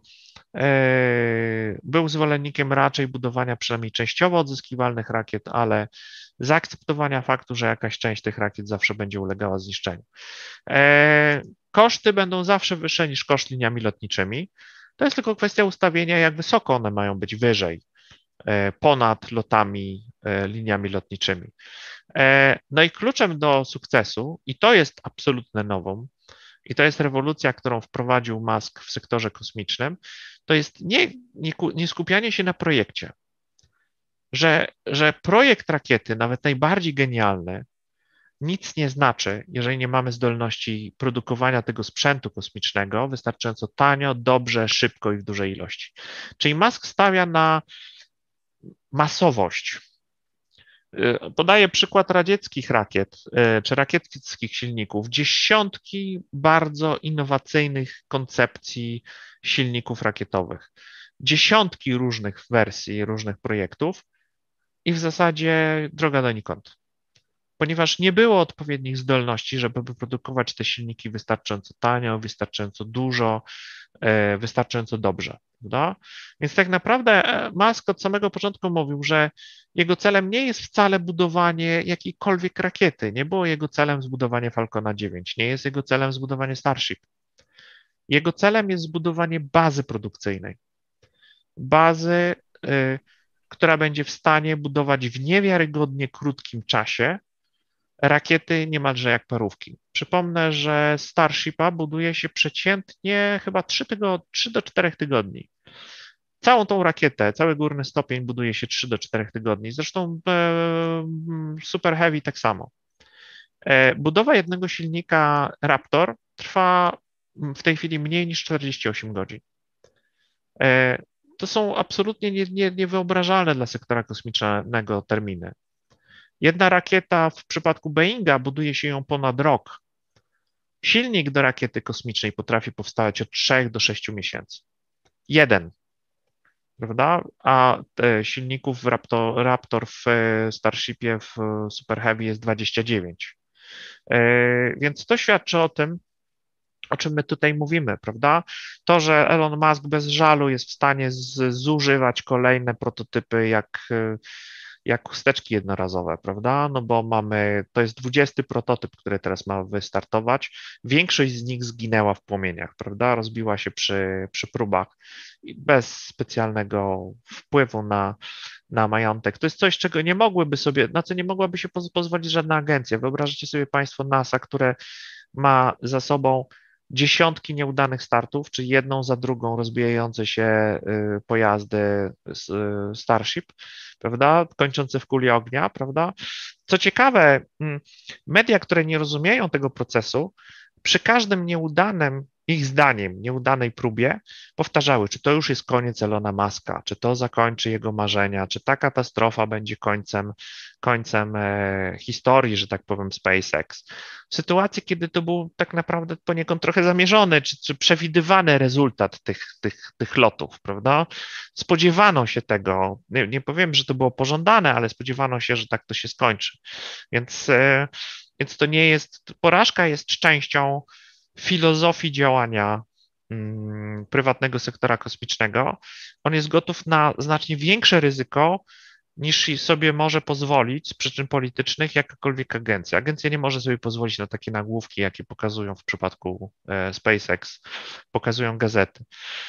był zwolennikiem raczej budowania przynajmniej częściowo odzyskiwalnych rakiet, ale zaakceptowania faktu, że jakaś część tych rakiet zawsze będzie ulegała zniszczeniu. Koszty będą zawsze wyższe niż koszt liniami lotniczymi. To jest tylko kwestia ustawienia, jak wysoko one mają być wyżej, ponad liniami lotniczymi. No i kluczem do sukcesu, i to jest absolutne novum, i to jest rewolucja, którą wprowadził Musk w sektorze kosmicznym, to jest nie skupianie się na projekcie. Że projekt rakiety, nawet najbardziej genialny, nic nie znaczy, jeżeli nie mamy zdolności produkowania tego sprzętu kosmicznego wystarczająco tanio, dobrze, szybko i w dużej ilości. Czyli Musk stawia na masowość. Podaję przykład radzieckich rakiet czy rakieckich silników. Dziesiątki bardzo innowacyjnych koncepcji silników rakietowych. Dziesiątki różnych wersji, różnych projektów i w zasadzie droga donikąd. Ponieważ nie było odpowiednich zdolności, żeby wyprodukować te silniki wystarczająco tanio, wystarczająco dużo, wystarczająco dobrze. Prawda? Więc tak naprawdę Musk od samego początku mówił, że jego celem nie jest wcale budowanie jakiejkolwiek rakiety. Nie było jego celem zbudowanie Falcona 9, nie jest jego celem zbudowanie Starship. Jego celem jest zbudowanie bazy produkcyjnej. Bazy, która będzie w stanie budować w niewiarygodnie krótkim czasie rakiety niemalże jak parówki. Przypomnę, że Starshipa buduje się przeciętnie chyba 3 do 4 tygodni. Całą tą rakietę, cały górny stopień buduje się 3 do 4 tygodni. Zresztą Super Heavy tak samo. Budowa jednego silnika Raptor trwa w tej chwili mniej niż 48 godzin. To są absolutnie niewyobrażalne dla sektora kosmicznego terminy. Jedna rakieta w przypadku Boeinga buduje się ją ponad rok. Silnik do rakiety kosmicznej potrafi powstawać od 3 do 6 miesięcy. Jeden, prawda? A silników Raptor w Starshipie w Super Heavy jest 29. Więc to świadczy o tym, o czym my tutaj mówimy, prawda? To, że Elon Musk bez żalu jest w stanie zużywać kolejne prototypy jak chusteczki jednorazowe, prawda? No bo to jest 20 prototyp, który teraz ma wystartować. Większość z nich zginęła w płomieniach, prawda? Rozbiła się przy próbach bez specjalnego wpływu na majątek. To jest coś, na co nie mogłaby się pozwolić żadna agencja. Wyobraźcie sobie Państwo NASA, które ma za sobą dziesiątki nieudanych startów, czy jedną za drugą rozbijające się pojazdy Starship, prawda, kończące w kuli ognia, prawda. Co ciekawe, media, które nie rozumieją tego procesu, przy każdym ich zdaniem, nieudanej próbie powtarzały, czy to już jest koniec Elona Muska, czy to zakończy jego marzenia, czy ta katastrofa będzie końcem historii, że tak powiem, SpaceX. W sytuacji, kiedy to był tak naprawdę poniekąd trochę zamierzony, czy przewidywany rezultat tych lotów, prawda? Spodziewano się tego, nie powiem, że to było pożądane, ale spodziewano się, że tak to się skończy. Więc to nie jest, porażka jest częścią filozofii działania prywatnego sektora kosmicznego. On jest gotów na znacznie większe ryzyko, niż sobie może pozwolić z przyczyn politycznych jakakolwiek agencja. Agencja nie może sobie pozwolić na takie nagłówki, jakie pokazują w przypadku SpaceX, pokazują gazety.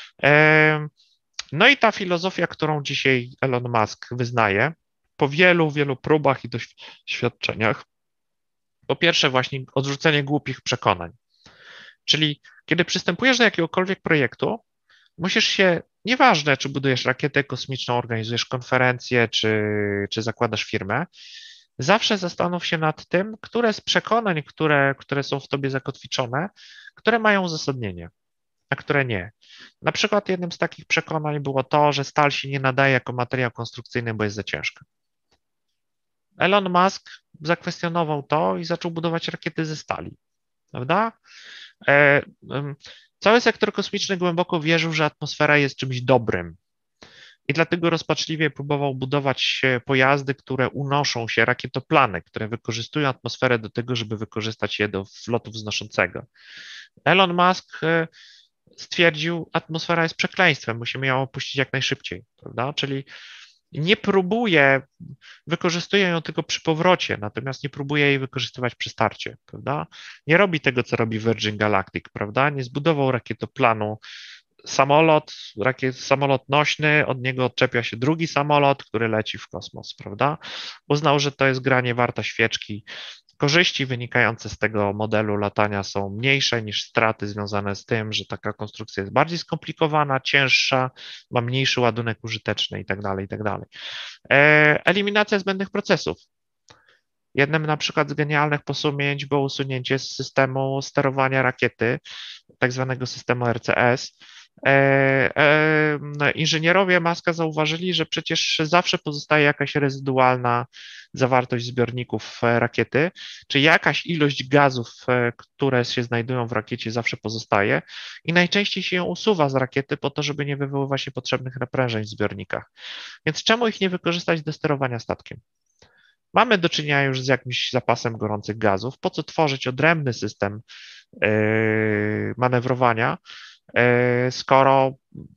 No i ta filozofia, którą dzisiaj Elon Musk wyznaje, po wielu, wielu próbach i doświadczeniach, po pierwsze właśnie odrzucenie głupich przekonań. Czyli kiedy przystępujesz do jakiegokolwiek projektu, musisz się, nieważne czy budujesz rakietę kosmiczną, organizujesz konferencję, czy zakładasz firmę, zawsze zastanów się nad tym, które z przekonań, które są w tobie zakotwiczone, które mają uzasadnienie, a które nie. Na przykład jednym z takich przekonań było to, że stal się nie nadaje jako materiał konstrukcyjny, bo jest za ciężka. Elon Musk zakwestionował to i zaczął budować rakiety ze stali, prawda? Cały sektor kosmiczny głęboko wierzył, że atmosfera jest czymś dobrym i dlatego rozpaczliwie próbował budować pojazdy, które unoszą się, rakietoplany, które wykorzystują atmosferę do tego, żeby wykorzystać je do lotu wznoszącego. Elon Musk stwierdził, atmosfera jest przekleństwem, musimy ją opuścić jak najszybciej, prawda? Czyli nie próbuje, wykorzystuje ją tylko przy powrocie, natomiast nie próbuje jej wykorzystywać przy starcie, prawda? Nie robi tego, co robi Virgin Galactic, prawda? Nie zbudował rakietoplanu, samolot nośny, od niego odczepia się drugi samolot, który leci w kosmos, prawda? Uznał, że to jest granie warta świeczki. Korzyści wynikające z tego modelu latania są mniejsze niż straty związane z tym, że taka konstrukcja jest bardziej skomplikowana, cięższa, ma mniejszy ładunek użyteczny itd., itd. Eliminacja zbędnych procesów. Jednym na przykład z genialnych posunięć było usunięcie z systemu sterowania rakiety, tak zwanego systemu RCS. Inżynierowie Muska zauważyli, że przecież zawsze pozostaje jakaś rezydualna zawartość zbiorników rakiety, czy jakaś ilość gazów, które się znajdują w rakiecie, zawsze pozostaje i najczęściej się ją usuwa z rakiety po to, żeby nie wywoływać niepotrzebnych naprężeń w zbiornikach. Więc czemu ich nie wykorzystać do sterowania statkiem? Mamy do czynienia już z jakimś zapasem gorących gazów. Po co tworzyć odrębny system manewrowania, skoro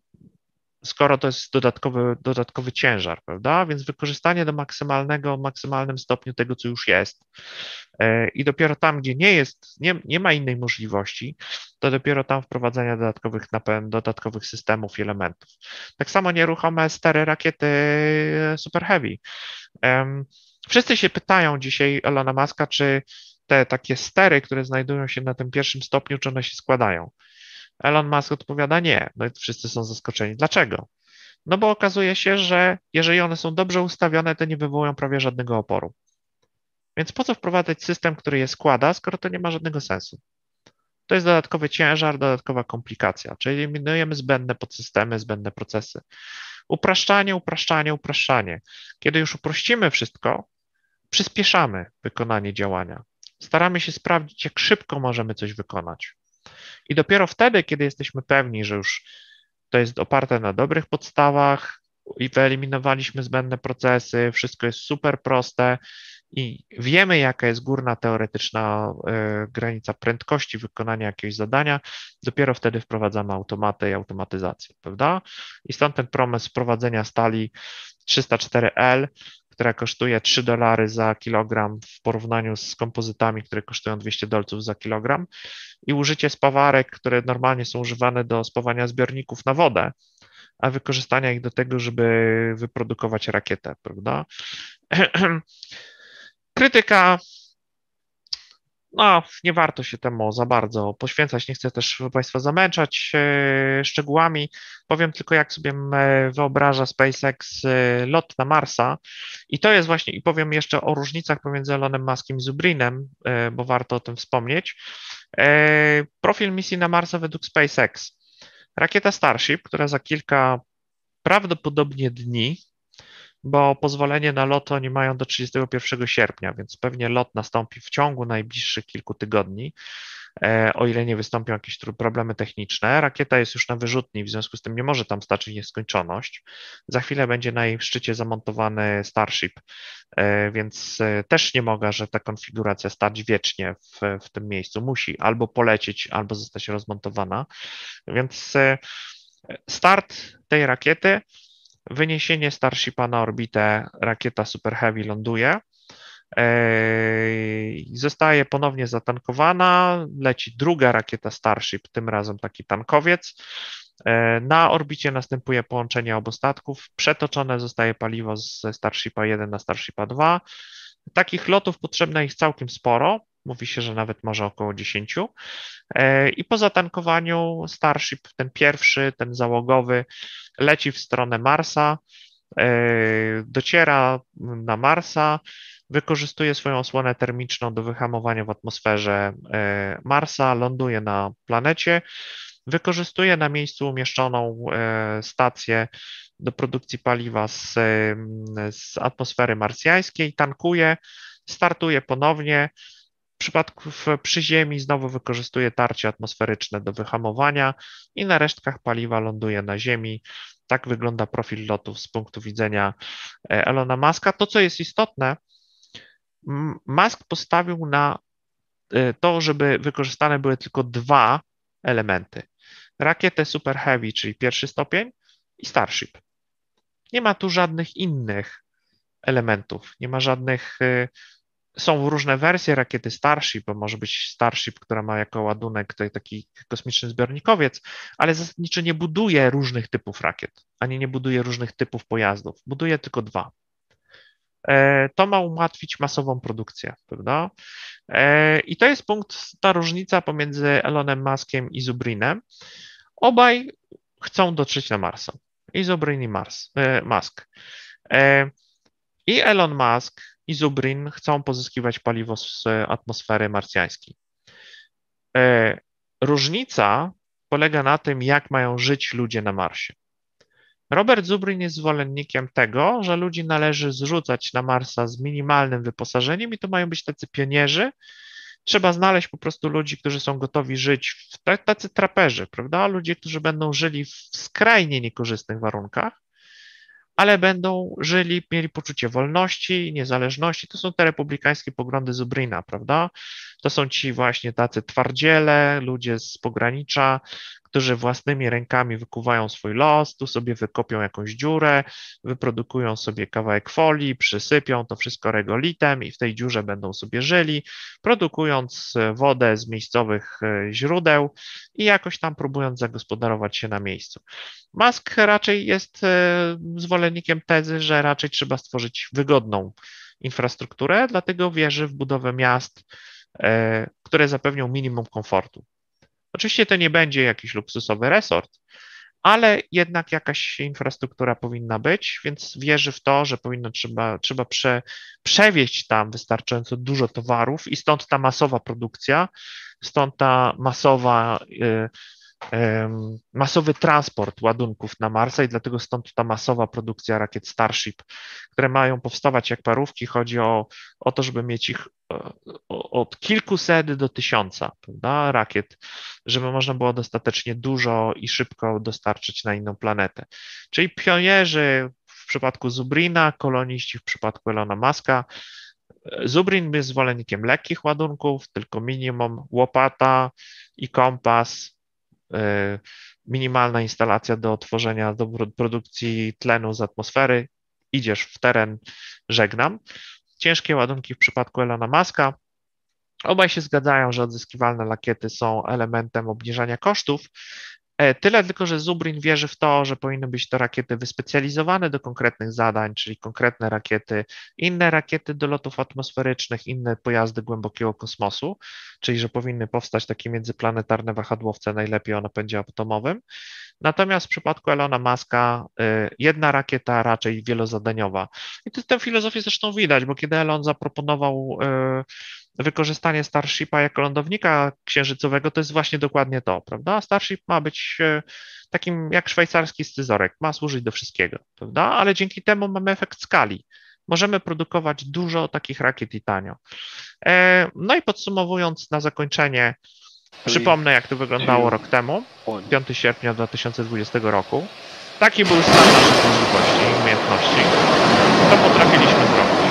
to jest dodatkowy ciężar, prawda? Więc wykorzystanie do maksymalnym stopniu tego, co już jest. I dopiero tam, gdzie nie ma innej możliwości, to dopiero tam wprowadzania dodatkowych systemów i elementów. Tak samo nieruchome stery rakiety Super Heavy. Wszyscy się pytają dzisiaj Elona Muska, czy te takie stery, które znajdują się na tym pierwszym stopniu, czy one się składają. Elon Musk odpowiada nie. No i wszyscy są zaskoczeni. Dlaczego? No bo okazuje się, że jeżeli one są dobrze ustawione, to nie wywołują prawie żadnego oporu. Więc po co wprowadzać system, który je składa, skoro to nie ma żadnego sensu? To jest dodatkowy ciężar, dodatkowa komplikacja, czyli eliminujemy zbędne podsystemy, zbędne procesy. Upraszczanie, upraszczanie, upraszczanie. Kiedy już uprościmy wszystko, przyspieszamy wykonanie działania. Staramy się sprawdzić, jak szybko możemy coś wykonać. I dopiero wtedy, kiedy jesteśmy pewni, że już to jest oparte na dobrych podstawach i wyeliminowaliśmy zbędne procesy, wszystko jest super proste i wiemy, jaka jest górna teoretyczna granica prędkości wykonania jakiegoś zadania, dopiero wtedy wprowadzamy automaty i automatyzację, prawda? I stąd ten pomysł wprowadzenia stali 304L, która kosztuje $3 za kilogram w porównaniu z kompozytami, które kosztują $200 za kilogram i użycie spawarek, które normalnie są używane do spawania zbiorników na wodę, a wykorzystania ich do tego, żeby wyprodukować rakietę, prawda? Krytyka, no nie warto się temu za bardzo poświęcać, nie chcę też Państwa zamęczać szczegółami, powiem tylko jak sobie wyobraża SpaceX lot na Marsa i to jest właśnie, i powiem jeszcze o różnicach pomiędzy Elonem Muskiem i Zubrinem, bo warto o tym wspomnieć. Profil misji na Marsa według SpaceX. Rakieta Starship, która za kilka prawdopodobnie dni, bo pozwolenie na lot oni mają do 31 sierpnia, więc pewnie lot nastąpi w ciągu najbliższych kilku tygodni, o ile nie wystąpią jakieś problemy techniczne. Rakieta jest już na wyrzutni, w związku z tym nie może tam stać nieskończoność. Za chwilę będzie na jej szczycie zamontowany Starship, więc też nie może ta konfiguracja stać wiecznie w tym miejscu. Musi albo polecieć, albo zostać rozmontowana. Więc start tej rakiety, wyniesienie Starshipa na orbitę, rakieta Super Heavy ląduje, zostaje ponownie zatankowana, leci druga rakieta Starship, tym razem taki tankowiec. Na orbicie następuje połączenie obu statków, przetoczone zostaje paliwo ze Starshipa 1 na Starshipa 2. Takich lotów potrzebne jest całkiem sporo, mówi się, że nawet może około 10. I po zatankowaniu Starship, ten pierwszy, ten załogowy, leci w stronę Marsa, dociera na Marsa, wykorzystuje swoją osłonę termiczną do wyhamowania w atmosferze Marsa, ląduje na planecie, wykorzystuje na miejscu umieszczoną stację do produkcji paliwa z atmosfery marsjańskiej, tankuje, startuje ponownie. Przy Ziemi znowu wykorzystuje tarcie atmosferyczne do wyhamowania i na resztkach paliwa ląduje na Ziemi. Tak wygląda profil lotów z punktu widzenia Elona Muska. To, co jest istotne, Musk postawił na to, żeby wykorzystane były tylko dwa elementy. Rakietę Super Heavy, czyli pierwszy stopień i Starship. Nie ma tu żadnych innych elementów, nie ma żadnych. Są różne wersje rakiety Starship, bo może być Starship, która ma jako ładunek taki kosmiczny zbiornikowiec, ale zasadniczo nie buduje różnych typów rakiet, ani nie buduje różnych typów pojazdów. Buduje tylko dwa. To ma ułatwić masową produkcję, prawda? I to jest ta różnica pomiędzy Elonem Muskiem i Zubrinem. Obaj chcą dotrzeć na Marsa. I Zubrin, i Musk. I Elon Musk i Zubrin chcą pozyskiwać paliwo z atmosfery marsjańskiej. Różnica polega na tym, jak mają żyć ludzie na Marsie. Robert Zubrin jest zwolennikiem tego, że ludzi należy zrzucać na Marsa z minimalnym wyposażeniem i to mają być tacy pionierzy. Trzeba znaleźć po prostu ludzi, którzy są gotowi żyć, tacy traperzy, prawda? Ludzie, którzy będą żyli w skrajnie niekorzystnych warunkach, ale będą żyli, mieli poczucie wolności, niezależności. To są te republikańskie poglądy Zubrina, prawda? To są ci właśnie tacy twardziele, ludzie z pogranicza, którzy własnymi rękami wykuwają swój los, tu sobie wykopią jakąś dziurę, wyprodukują sobie kawałek folii, przysypią to wszystko regolitem i w tej dziurze będą sobie żyli, produkując wodę z miejscowych źródeł i jakoś tam próbując zagospodarować się na miejscu. Musk raczej jest zwolennikiem tezy, że raczej trzeba stworzyć wygodną infrastrukturę, dlatego wierzy w budowę miast, które zapewnią minimum komfortu. Oczywiście to nie będzie jakiś luksusowy resort, ale jednak jakaś infrastruktura powinna być, więc wierzy w to, że trzeba przewieźć tam wystarczająco dużo towarów i stąd ta masowa produkcja, stąd ta masowy transport ładunków na Marsa i dlatego stąd ta masowa produkcja rakiet Starship, które mają powstawać jak parówki. Chodzi o to, żeby mieć ich od kilkuset do 1000, prawda, rakiet, żeby można było dostatecznie dużo i szybko dostarczyć na inną planetę. Czyli pionierzy w przypadku Zubrina, koloniści w przypadku Elona Muska. Zubrin jest zwolennikiem lekkich ładunków, tylko minimum łopata i kompas, minimalna instalacja do tworzenia, do produkcji tlenu z atmosfery, idziesz w teren, żegnam. Ciężkie ładunki w przypadku Elona Muska. Obaj się zgadzają, że odzyskiwalne rakiety są elementem obniżania kosztów. Tyle tylko, że Zubrin wierzy w to, że powinny być to rakiety wyspecjalizowane do konkretnych zadań, czyli konkretne rakiety, inne rakiety do lotów atmosferycznych, inne pojazdy głębokiego kosmosu, czyli że powinny powstać takie międzyplanetarne wahadłowce, najlepiej o napędzie atomowym. Natomiast w przypadku Elona Muska jedna rakieta raczej wielozadaniowa. I tę filozofię zresztą widać, bo kiedy Elon zaproponował wykorzystanie Starshipa jako lądownika księżycowego, to jest właśnie dokładnie to, prawda? Starship ma być takim jak szwajcarski scyzoryk, ma służyć do wszystkiego, prawda? Ale dzięki temu mamy efekt skali. Możemy produkować dużo takich rakiet i tanio. No i podsumowując na zakończenie, przypomnę, jak to wyglądało rok temu, 5 sierpnia 2020 roku. Taki był stan naszych możliwości i umiejętności. To potrafiliśmy zrobić.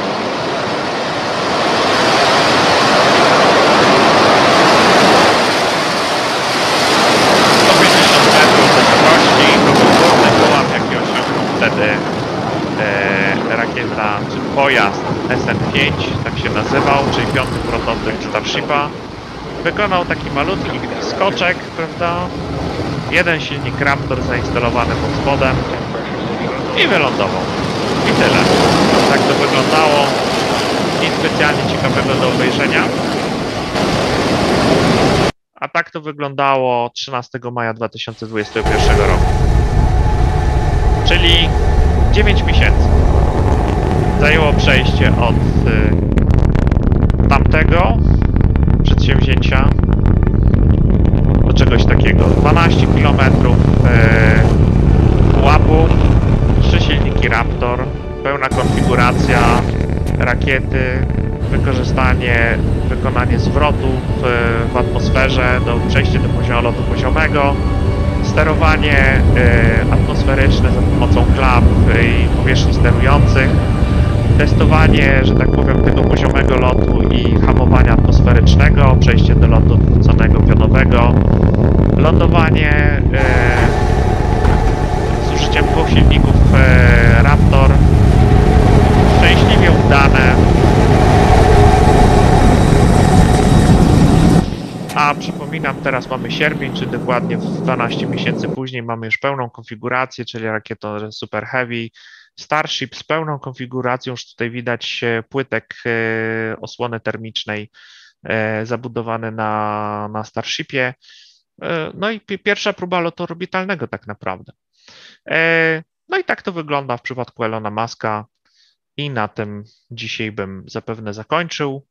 To był główny pułap, jaki osiągnął wtedy rakieta, czy pojazd SN5, tak się nazywał, czyli 5. prototyp Starshipa. Wykonał taki malutki skoczek, prawda? Jeden silnik Raptor zainstalowany pod spodem i wylądował. I tyle. Tak to wyglądało. Nic specjalnie ciekawego do obejrzenia. A tak to wyglądało 13 maja 2021 roku. Czyli 9 miesięcy. Zajęło przejście od tamtego przedsięwzięcia do czegoś takiego. 12 km pułapu, 3 silniki Raptor, pełna konfiguracja rakiety, wykonanie zwrotu w atmosferze, przejście do lotu poziomego, sterowanie atmosferyczne za pomocą klap i powierzchni sterujących, testowanie, że tak powiem, tego poziomego lotu i hamowania atmosferycznego, przejście do lotu odwróconego pionowego, lądowanie z użyciem 2 silników Raptor, szczęśliwie udane. A przypominam, teraz mamy sierpień, czy dokładnie 12 miesięcy później mamy już pełną konfigurację, czyli rakietę Super Heavy, Starship z pełną konfiguracją. Już tutaj widać płytek osłony termicznej zabudowane na Starshipie. No i pierwsza próba lotu orbitalnego tak naprawdę. No i tak to wygląda w przypadku Elona Muska I na tym dzisiaj bym zapewne zakończył.